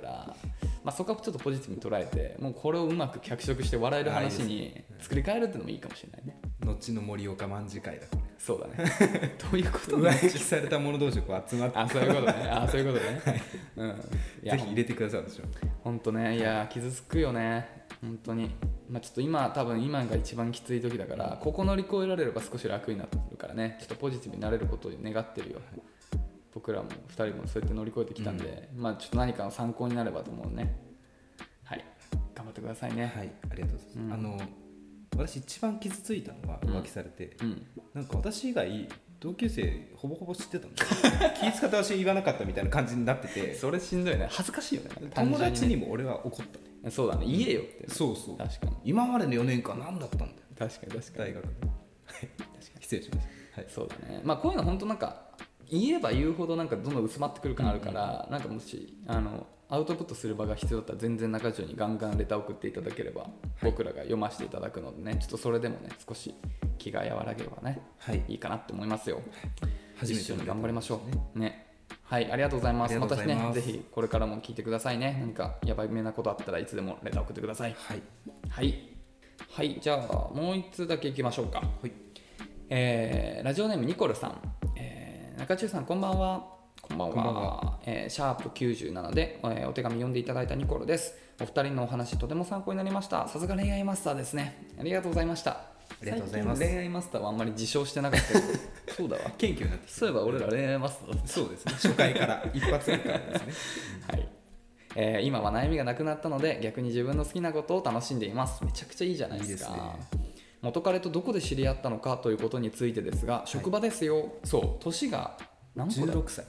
そこはちょっとポジティブに捉えてもうこれをうまく脚色して笑える話に作り変えるっていうのもいいかもしれないね。 後の森岡卍会だこれ。 そうだねどういうこと浮気された者同士こう集まってそういうことねそういうことね、 ぜひ入れてください私は。 本当ね、いや傷つくよね本当に。ちょっと多分今が一番きつい時だから、ここ乗り越えられれば少し楽になってくるからね、ちょっとポジティブになれることを願ってるよ、僕らも2人もそうやって乗り越えてきたんで、ちょっと何かの参考になればと思うね。頑張ってくださいね。 ありがとうございます、私一番傷ついたのは浮気されて、なんか私以外同級生ほぼほぼ知ってたんですよ気遣って私言わなかったみたいな感じになっててそれしんどいね、恥ずかしいよね。 友達にも俺は怒ったね。 そうだね、言えよって。 そう確かに今までの4年間何だったんだよ。 確かに大学失礼しました、 そうだね。こういうの本当なんか言えば言うほどなんかどんどん薄まってくる感あるから、なんかもしアウトプットする場が必要だったら全然中条にガンガンレター送っていただければ、僕らが読ませていただくのでね、ちょっとそれでもね少し気が和らげればね、いいかなって思いますよ。一緒に頑張りましょうね。ありがとうございます。またねぜひこれからも聞いてくださいね。何かやばいめなことあったらいつでもレター送ってください。 はい、じゃあもう1通だけいきましょうか。 はい。 ラジオネームニコルさん、中中さんこんばんは。こんばんは。 こんばんは。 シャープ97で、お手紙読んでいただいたニコルです。お二人のお話とても参考になりました。さすが恋愛マスターですね。ありがとうございました。 ありがとうございます。 最近恋愛マスターはあんまり自称してなかったけどそうだわ、 謙虚になってきた。 そういえば俺ら恋愛マスターだった。 そうですね。初回から一発目からですね。 はい。今は悩みがなくなったので逆に自分の好きなことを楽しんでいます。めちゃくちゃいいじゃないですか。 いいですね。 元彼とどこで知り合ったのかということについてですが、職場ですよ。そう年が何個だ。 16歳。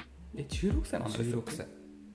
16歳なんですよ。 16歳。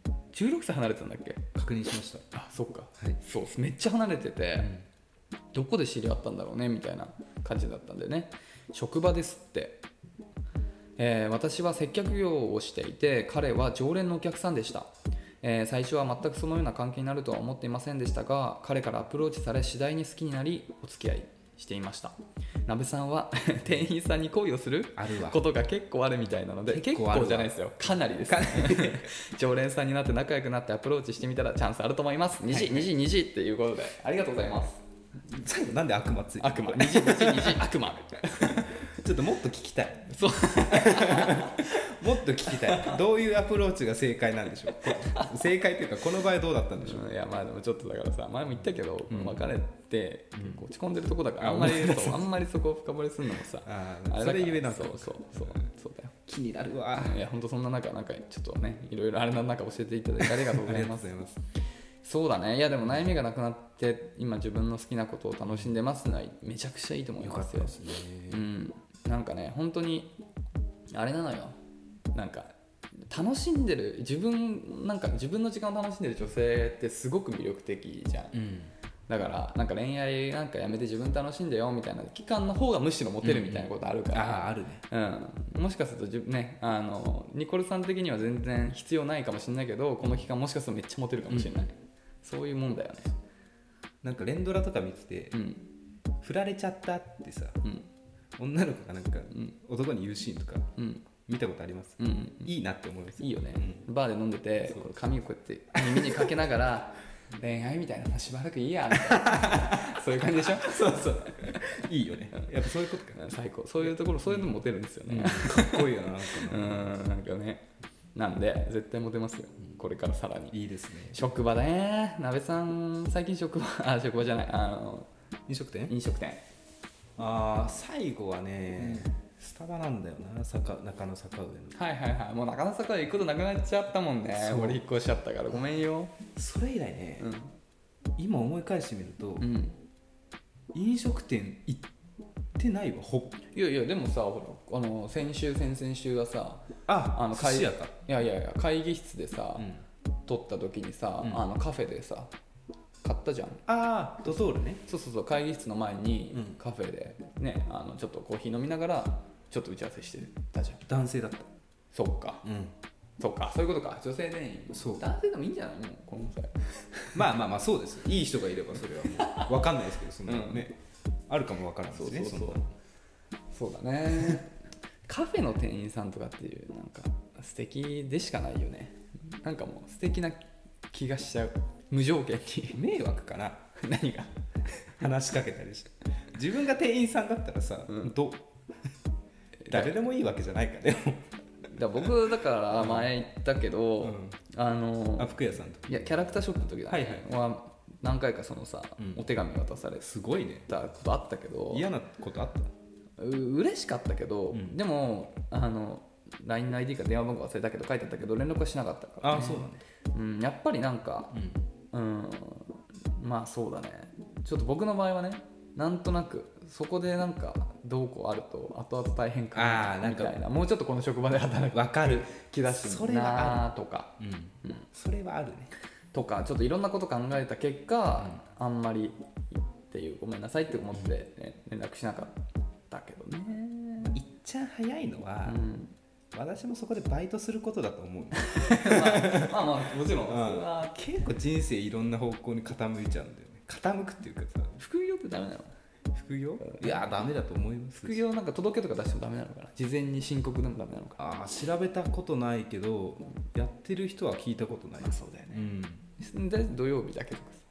16歳離れてたんだっけ。 確認しました。 あ、そっか、 はい。 そうめっちゃ離れてて、どこで知り合ったんだろうねみたいな感じだったんでね。職場ですって。私は接客業をしていて彼は常連のお客さんでした。最初は全くそのような関係になるとは思っていませんでしたが、彼からアプローチされ次第に好きになりお付き合いしていました。なべさんは店員さんに恋をするあるわ。 ことが結構あるみたいなので、結結構あるわ構じゃないですよ、かなりです常連さんになって仲良くなってアプローチしてみたらチャンスあると思います。虹っていうことでありがとうございます。 最後なんで悪魔ついてる。 悪魔虹悪魔ちょっともっと聞きたい。 そうもっと聞きたい。どういうアプローチが正解なんでしょう。正解というかこの場合どうだったんでしょう。 いやまあでもちょっとだからさ、前も言ったけど、別れてうん落ち込んでるとこだからああんまりそこを深掘りするのもさああれだからそれゆえなんかそうだよ。 気になるわ。 いや本当そんな中なんかちょっとねいろいろあれの中教えていただいてありがとうございます。 ありがとうございます。 そうだね。いやでも悩みがなくなって今自分の好きなことを楽しんでますのはめちゃくちゃいいと思いよますよ。 かったですね。 なんかね本当にあれなのよ。なんか楽しんでる自分の時間を楽しんでる女性ってすごく魅力的じゃん。だからなんか恋愛なんかやめて自分楽しんでよみたいな期間の方がむしろモテるみたいなことあるから、 あるね。 もしかするとねニコルさん的には全然必要ないかもしれないけど、この期間もしかするとめっちゃモテるかもしれない、そういうもんだよね。 なんか連ドラとか見てて、振られちゃったってさ、女の子がなんか男に言うシーンとか見たことあります。いいなって思います。 いいよね、バーで飲んでてこれ髪をこうやって耳にかけながら恋愛みたいなのしばらくいいやみたいなそういう感じでしょ。 そういいよね。やっぱそういうことか。 最高。そういうところそういうのモテるんですよね、 かっこいいよな。 なんかね。なんで絶対モテますよ、これからさらに。 いいですね。 職場ね。なべさん最近職場じゃない飲食店。最後はね、スタバなんだよな。中野坂上の。 はいもう中野坂上行くことなくなっちゃったもんね。俺引っ越しちゃったからごめんよ。 それ以来ね、今思い返してみると、飲食店行ってないわ。 いやでもさ、ほら先々週はさ寿司屋か。 いや会議室でさ、撮った時にさ、カフェでさ買ったじゃん。 ドトールね。 そう会議室の前にカフェでね、ちょっとコーヒー飲みながらちょっと打ち合わせしてたじゃん。 男性だった。 そうか、そういうことか。女性店員。 そう男性でもいいんじゃないのこの際。 まあそうです。いい人がいればそれはもう分かんないですけど、そんなのね、あるかも分からないですね。 そうだねカフェの店員さんとかっていうなんか素敵でしかないよね。なんかもう素敵な気がしちゃう。無条件に。 迷惑かな。 何が話しかけたりして。自分が店員さんだったらさ、誰でもいいわけじゃないか。でも僕だから前言ったけど、 服屋さんといやキャラクターショップの時だね、は何回かそのさ、お手紙渡されすごいね。 たことあったけど、 嫌なことあった？ 嬉しかったけど、でもLINE の ID か電話番号忘れたけど書いてあったけど連絡はしなかったから、ね、 そうだね。 やっぱりなんか、まあそうだね。ちょっと僕の場合はね、なんとなくそこでなんかどうこうあると後々大変かなみたいな、もうちょっとこの職場で働く分かる気だしなとか、 それはあるね。 とかちょっといろんなこと考えた結果、あんまりっていうごめんなさいって思って、ね、連絡しなかったけどね。 いっちゃん早いのは、私もそこでバイトすることだと思うまあもちろん、 結構人生いろんな方向に傾いちゃうんだよね。傾くっていうかさ、 副業ってダメなの？ 副業？いやダメだと思います。 副業なんか届けとか出してもダメなのかな。事前に申告でもダメなのか。 調べたことないけど、やってる人は聞いたことない。 そうだよね。土曜日だけとかさ。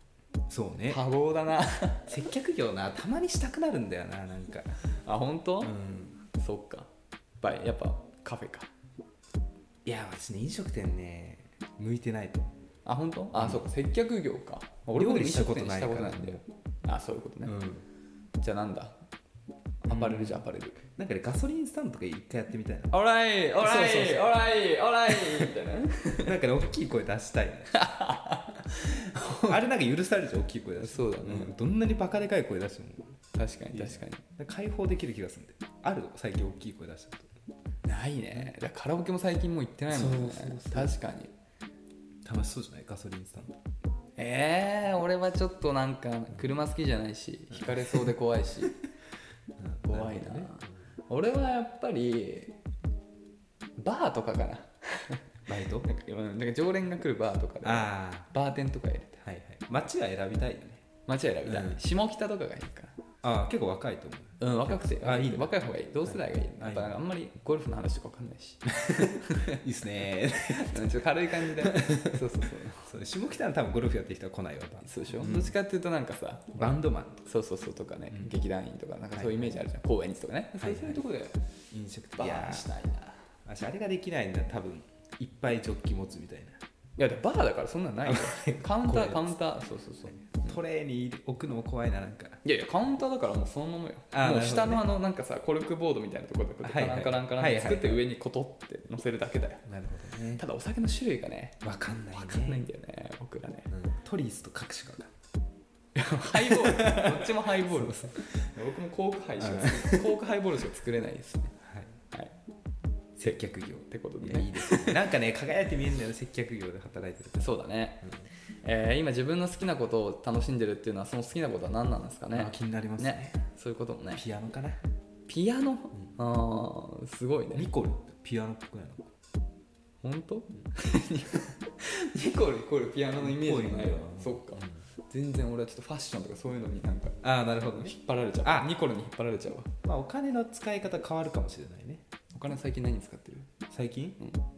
そうね。 多忙だな接客業な、たまにしたくなるんだよな、なんか。 あ本当、 うん。 そっかやっぱカフェか。 いや、私ね、飲食店ね、向いてないと。 あ本当、あそうか接客業か。俺も料理飲したことない食店したことからないんだよ。あそういうことね、 うん。 じゃあなんだアパレルじゃアパレル、 なんかね、ガソリンスタンドとか一回やってみたいな。 オライオラそうそうそうイオライオライみたいななんかね、大きい声出したい、ね、あれなんか許されるじゃん、大きい声出して。 そうだね、 どんなにバカでかい声出しても確かに確かに解放できる気がするんで。ある最近大きい声出したと。 ないね。だからカラオケも最近もう行ってないもんね。 そうそうそう確かに。 楽しそうじゃない、ガソリンスタンド。 俺はちょっとなんか車好きじゃないし引かれそうで怖いし怖いな。俺はやっぱりバーとかかな。 バイトなんか常連が来るバーとかであバーテンとか入れてあ、はいはい。街は選びたいよね。 街選びたい、 うん下北とかがいいかああ、結構若いと思う。 な。若くてあいいね若い方がいい。同世代がいい、 はいやっぱなんかあんまりゴルフの話とか分かんないしいいっすね。 ちょっと軽い感じでそうそうそうそう下北の多分ゴルフやってる人は来ないわ。 そうでしょ、どっちかっていうとなんかさバンドマンとかそうそうそうとかね、劇団員とかなんかそういうイメージあるじゃん、高円寺とかね、 はいそういうところで飲食店。 バいやーしたいな。 私あれができないんだ、多分いっぱいジョッキ持つみたいな。 いやでもバーだからそんなんないよカウンターそうそうそうトレーに置くのも怖いな、なんか。 いやいやカウンターだからもうそのままよ。 あーもう下のなるほどなんかさコルクボードみたいなところでこうやってはいはいカランカランカランって作って上にコトって乗せるだけだよ。 なるほどね。 ただお酒の種類がねわかんないね。 分かんないんだよね僕らね。 トリースと各種かが。 ハイボールどっちもハイボール僕もコークハイしかコークハイボールしか作れないですね。 はい。 はい接客業ってことでいやいね。 いですね。なんかね、輝いて見えるんだよね、接客業で働いてると。 そうだね、今自分の好きなことを楽しんでるっていうのはその好きなことは何なんですかね。 あ、気になりますね。 そういうこともね。 ピアノかな。 ピアノ、ああすごいね。 ニコルってピアノっぽくないの？ 本当？ニコルイコールピアノのイメージがないわ。そっか、全然俺はちょっとファッションとかそういうのになんかああ、なるほどね。 引っ張られちゃう。 あニコルに引っ張られちゃうわ。 まあお金の使い方変わるかもしれないね。 お金最近何使ってる？ 最近？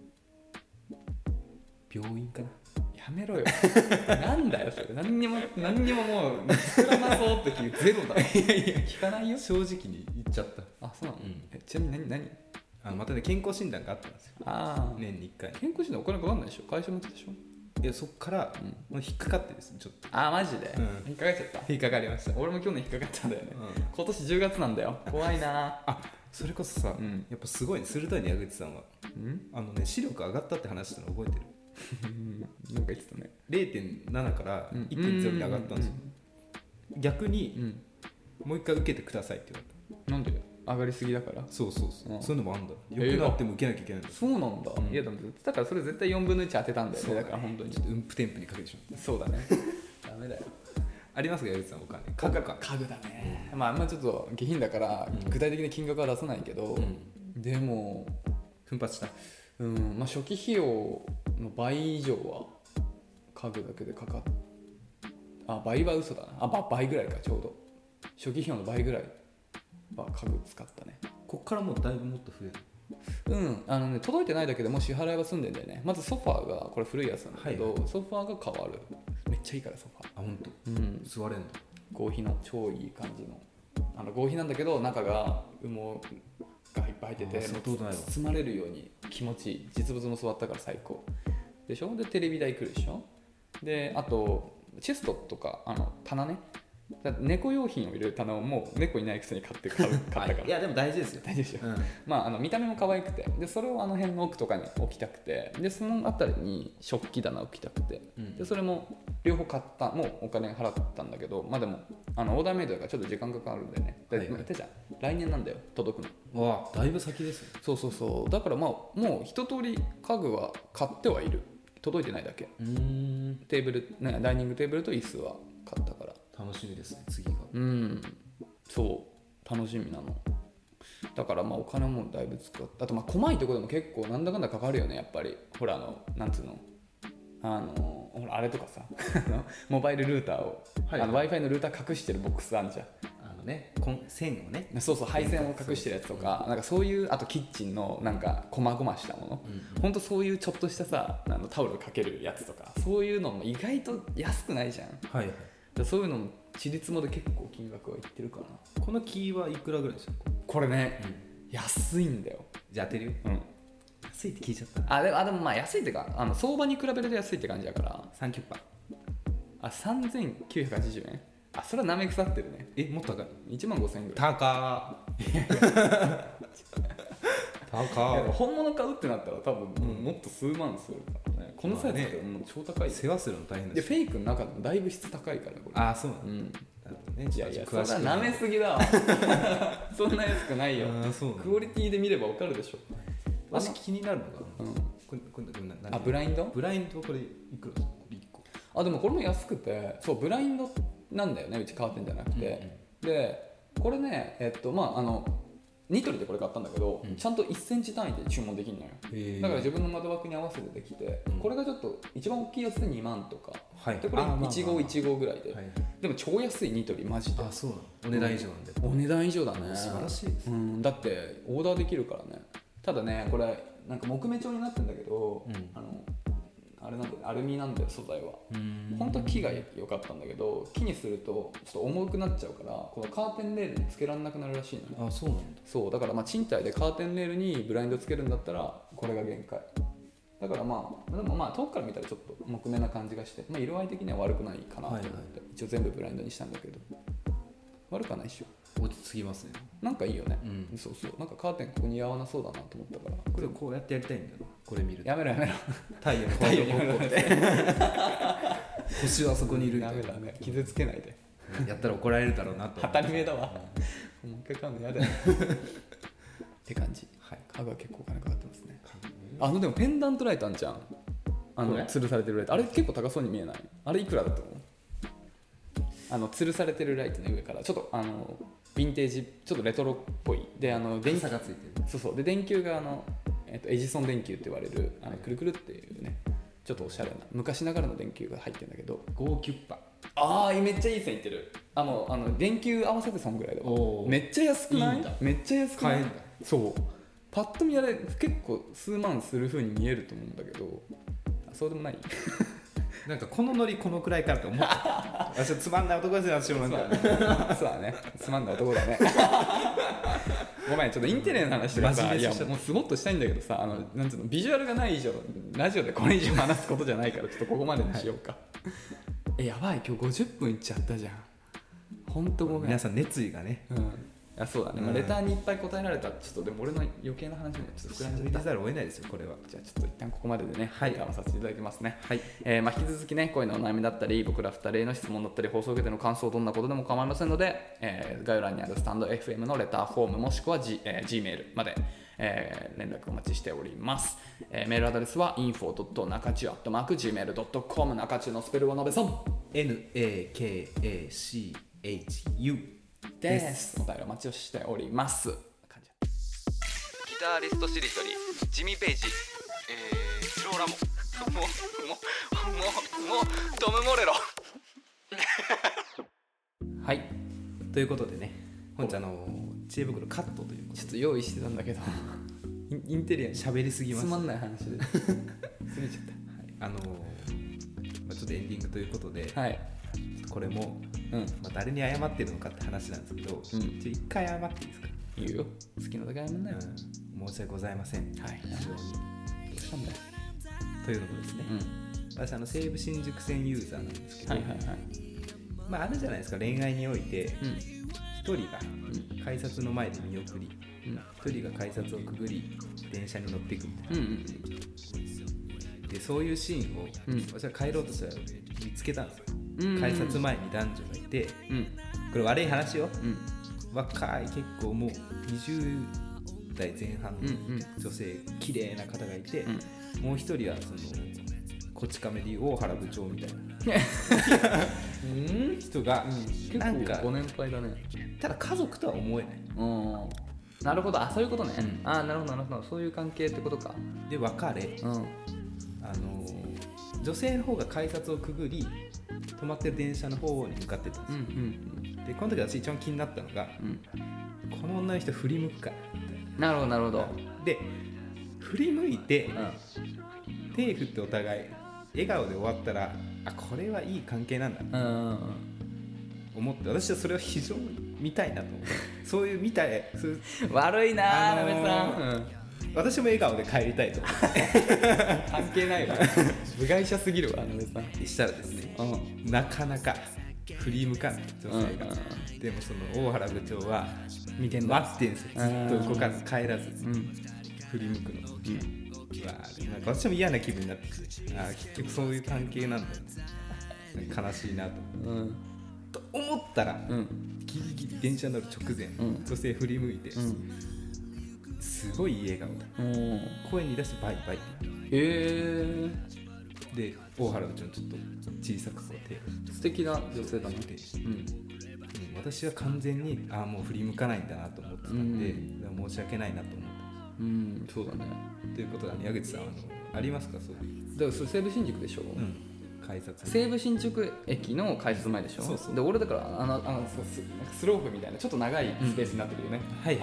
病院かな。 やめろよなんだよそれ。何にももう作らなそうって気ゼロだ聞かないよ。 正直に言っちゃった。 あそうなの、 うんちなみに何またね、健康診断があったんですよ。 ああ年に1回。 健康診断お金かかんないでしょ。会社持ってでしょ。 いや、そっから、もう引っかかってですね、ちょっと。 あーマジで、 うん引っかかっちゃった。 引っかかりました。 俺も去年引っかかったんだよね、 うん今年10月なんだよ。怖いなあ、それこそさ、 うんやっぱすごいね、鋭いね、矢口さんは。視力上がったって話したの覚えてる？ なんか言ってたね。 0.7 からうん 1.0に上がったんですよ。逆に、 うんもう一回受けてくださいって言われた。 なんで上がりすぎだから。 そうそうそう、 うんそういうのもあんだ。良くなっても受けなきゃいけないんだ。 そうなんだ、 うんいやでもだからそれ絶対4分の1当てたんだよね。 そうだねだから本当にちょっとうんぷてんぷにかけてしまっそうだねダメだよ。 た。ありますか、矢口さん、お金？家具か。 家具だね、まああんまちょっと下品だから具体的な金額は出さないけど、でも奮発した。 まあ初期費用の倍以上は家具だけでかかっ倍は嘘だな。倍ぐらいか。ちょうど初期費用の倍ぐらいは家具使ったね。 こっからもうだいぶもっと増える。 届いてないだけでもう支払いは済んでんだよね。まずソファーがこれ古いやつなんだけど、 はいソファーが変わる。めっちゃいいからソファー。 あ、ほんと。座れんの？ 合皮の超いい感じの合皮なんだけど中が羽毛がいっぱい入ってて相当だよ。 包まれるように気持ちいい。実物も座ったから最高でしょ。でテレビ台来るでしょ。であとチェストとか棚ね。だから猫用品を入れる棚をもう猫いないくせに買ったからいや、でも大事ですよ。 大事でしょ、 うんまあ、見た目も可愛くてでそれを辺の奥とかに置きたくてでその辺りに食器棚を置きたくて、でそれも両方買ったもうお金払ったんだけどまあでもオーダーメイドだからちょっと時間かかるんだよね。で、 はいはい言ったじゃん来年なんだよ届くの。 わあ、だいぶ先ですね。 そうだからまあもう一通り家具は買ってはいる。届いてないだけ。テーブル、ね、ダイニングテーブルと椅子は買ったから楽しみですね、次が。 そう楽しみなの。だからまあお金もだいぶ使った。あとまあ細いところでも結構なんだかんだかかるよねやっぱり。ほらなんつうのほらあれとかさモバイルルーターを、 はい w i f i のルーター隠してるボックスあんじゃん。 線をね。 そう配線を隠してるやつとかなんかそういうあとキッチンのなんか細々したもの、ほんとそういうちょっとしたさタオルかけるやつとかそういうのも意外と安くないじゃん。 はいはい。 でそういうのもちりつもで結構金額はいってるかな。 この木はいくらぐらいでした？ これね、安いんだよ。 じゃあ当てるよ。安いって聞いちゃった。 でもまあ安いっていうか相場に比べると安いって感じだから 3キュッパ。 3980円。それはなめ腐ってるね。 もっと高い。 15000円ぐらい。 高いや本物買うってなったら多分もっと数万するからね。このサイズってもう超高い。 世話するの大変だし。 でフェイクの中でもだいぶ質高いからこれ。 そうなの。なるほどね。 いやそれはなめすぎだわ。そんな安くないよ。クオリティで見ればわかるでしょ。 私気になるのが、これブラインド？ ブラインドこれいくらですか？これ1個。 でもこれも安くて、そうブラインドなんだよね。うちカーテンじゃなくて、でこれねニトリでこれ買ったんだけど、ちゃんと1センチ単位で注文できるのよ。だから自分の窓枠に合わせてできて、これがちょっと一番大きいやつで2万とか、でこれ1号1号ぐらいで、でも超安いニトリマジで。 そうなの。お値段以上なんで。 お値段以上だね。 素晴らしいですね。 だってオーダーできるからね。ただねこれなんか木目調になってるんだけど、あれなんだよ、アルミなんだよ素材は。本当は木が良かったんだけど、木にするとちょっと重くなっちゃうから、このカーテンレールにつけられなくなるらしいのね。 そうなんだ。 そうだから賃貸でカーテンレールにブラインドつけるんだったらこれが限界だから。でも遠くから見たらちょっと木目な感じがして、色合い的には悪くないかなと思って、一応全部ブラインドにしたんだけど、悪くはないっしょ。 落ち着きますね。 なんかいいよね。そうなんかカーテンここに合わなそうだなと思ったから、 これこうやってやりたいんだよな。これ見るとやめろ太陽にやめろ星はそこにいるみたいな。 ダメ傷つけないで。 やったら怒られるだろうなと。 当たり前だわ。もう一回買うの嫌だよって感じ。家具は結構お金かかってますね。でもペンダントライトあんじゃん。吊るされてるライト、あれ結構高そうに見えない？あれいくらだと思う？吊るされてるライトの上からちょっとヴィンテージちょっとレトロっぽいで電差がついてる。 そうで電球がエジソン電球って言われるくるくるっていうね、ちょっとおしゃれな昔ながらの電球が入ってるんだけど、 5キュッパ。 めっちゃいい線いってる。電球合わせてそんぐらいだわ。めっちゃ安くない？ いいんだ。 めっちゃ安くない？ 買えんだ。 そうパッと見あれ結構数万する風に見えると思うんだけど、そうでもない。 なんかこのノリこのくらいかって思った。私はつまんない男ですよ。私もなんかそうだね、つまんない男だね。ごめん、ちょっとインテリアの話とかさ、いやもうスモッとしたいんだけどさ、なんつうの、ビジュアルがない以上ラジオでこれ以上話すことじゃないから、ちょっとここまでにしようか。やばい、今日50分いっちゃったじゃん。ほんとごめん。 皆さん熱意がね。 そうだね、レターにいっぱい答えられた。ちょっとでも俺の余計な話もちょっと膨らんじゃった。 ざるを得ないですよこれは。 じゃあちょっと一旦ここまででね、 はい、 談話させていただきますね。 はい。 引き続きね、恋のお悩みだったり僕ら2人への質問だったり放送を受けての感想、どんなことでも構いませんので、概要欄にあるスタンド FM のレターフォームもしくは Gmail まで、連絡お待ちしております。メールアドレスは info.nakachu@gmail.com、 中中のスペルを述べそう。 NAKACHU です。お便りお待ちをしております。ギタリストしりとり、ジミー・ペイジ、ジローラモ、もうトム・モレロ。はい、 ということでね、本日知恵袋カットということでちょっと用意してたんだけどインテリアに喋りすぎました。 つまんない話で過ぎちゃった。 ちょっとエンディングということで、これも、誰に謝ってるのかって話なんですけど、一回謝っていいですか？ いいよ、好きなだけ謝んないよ。 申し訳ございません。非常に。どうしたんだよ。 というのもですね、私西武新宿線ユーザーなんですけど、あるじゃないですか、恋愛において、一人が改札の前で見送り、一人が改札をくぐり電車に乗っていくみたいな、でそういうシーンを、私は帰ろうとしたら見つけたんですよ。改札前に男女がいて、これ悪い話よ、若い結構もう20代前半の女性、綺麗な方がいて、もう一人はこち亀でいう大原部長みたいな人が、なんかご年配だね。 ただ家族とは思えない。 なるほど、そういうことね。なるほどなるほど、そういう関係ってことか。 で別れ、女性の方が改札をくぐり止まってる電車の方に向かってたんですよ。でこの時私一番気になったのが、この女の人振り向くから。 なるほどなるほど。 で振り向いて、手振ってお互い笑顔で終わったら、これはいい関係なんだ、 思って、私はそれを非常に見たいなと思ってそういう見たいそういう悪いななべさん、 私も笑顔で帰りたいと思って関係ないわ部外者すぎるわなべさん。 したらですね、なかなか振り向かない女性が、でもその大原部長は見てんだ、 待ってんすよ、ずっと動かず帰らず、振り向くの、なんか私も嫌な気分になってきて、結局そういう関係なんだよ、悲しいなと、と思ったら、ギリギリ電車乗る直前、女性振り向いて、すごいいい笑顔だ、声に出してバイバイってで、大原部長ちょっと小さくこう手を素敵な女性だね。 私は完全にもう振り向かないんだなと思ってたんで、申し訳ないなと思って、 そうだね。 ということは、矢口さんありますか、そういう。 だからそれ西武新宿でしょ、 改札西武新宿駅の改札前でしょ。 そうそう。 で俺だからスロープみたいなちょっと長いスペースになってるよね、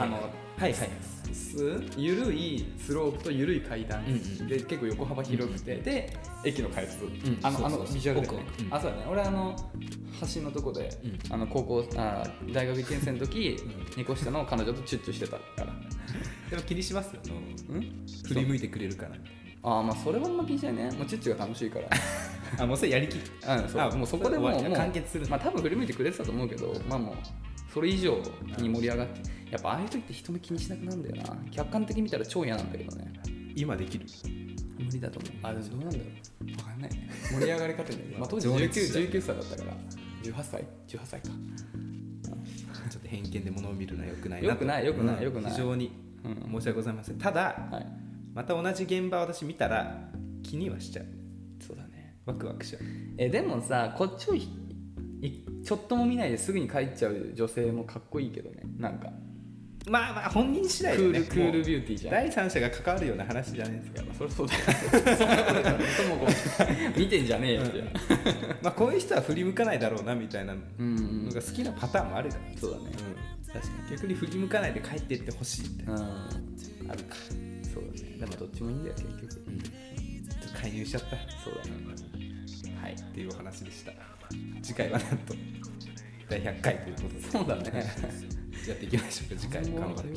ゆるいスロープとゆるい階段、で結構横幅広くて、で駅の改札、ビジュアルで、そうだね。俺橋のとこで、大学1年生の時2個下の彼女とチュッチュしてたからでも気にしますよ、振り向いてくれるから。 まあそれはあんま気にしないね。もうチュッチュが楽しいからもうそれやりきっもうそこでもう完結する。 多分振り向いてくれてたと思うけど、もうそれ以上に盛り上がって、やっぱああいう時って人目気にしなくなるんだよな。客観的に見たら超嫌なんだけどね。 今できる？ 無理だと思う。でもどうなんだろう、分かんない。盛り上がり方に当時19歳だったから18歳か。 ちょっと偏見で物を見るのは良くないな。 良くない。 非常に申し訳ございません。ただ、また同じ現場を私見たら気にはしちゃう。 そうだね。 ワクワクしちゃう。でもさ、こっちをちょっとも見ないですぐに帰っちゃう女性もかっこいいけどね。なんか本人次第だよね。 クールビューティーじゃん。 第三者が関わるような話じゃないですか。 そりゃそうだよ。そんなこと見てんじゃねえよってこういう人は振り向かないだろうなみたいなのが好きなパターンもあるから。 そうだね。 確かに逆に振り向かないで帰っていってほしいみたいな、あるか。 そうだね。でもどっちもいいんだよ結局。 ちょっと介入しちゃった。 そうだね。 はい、っていうお話でした。次回はなんと第100回ということで。 そうだね。 やっていきましょうか。次回も頑張って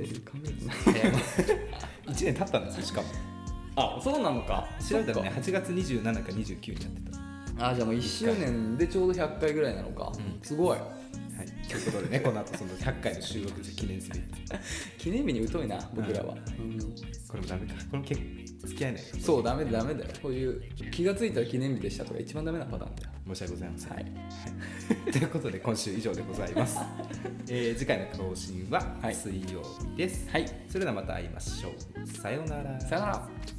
。1年経ったんですよ、しかも。 そうなのか。 調べたらね、8月27か29にやってた。 じゃあもう1周年でちょうど100回ぐらいなのか。すごい。 はい、ということでね、この後その100回の収録で記念する。 記念日に疎いな、僕らは。 これもダメか。これも結構付き合えない。 そう、ダメだよ。こういう気がついたら記念日でしたとか一番ダメなパターンだよ。 申し訳ございません。ということで今週以上でございます。次回の更新は水曜日です。それではまた会いましょう。さようなら。 さようなら。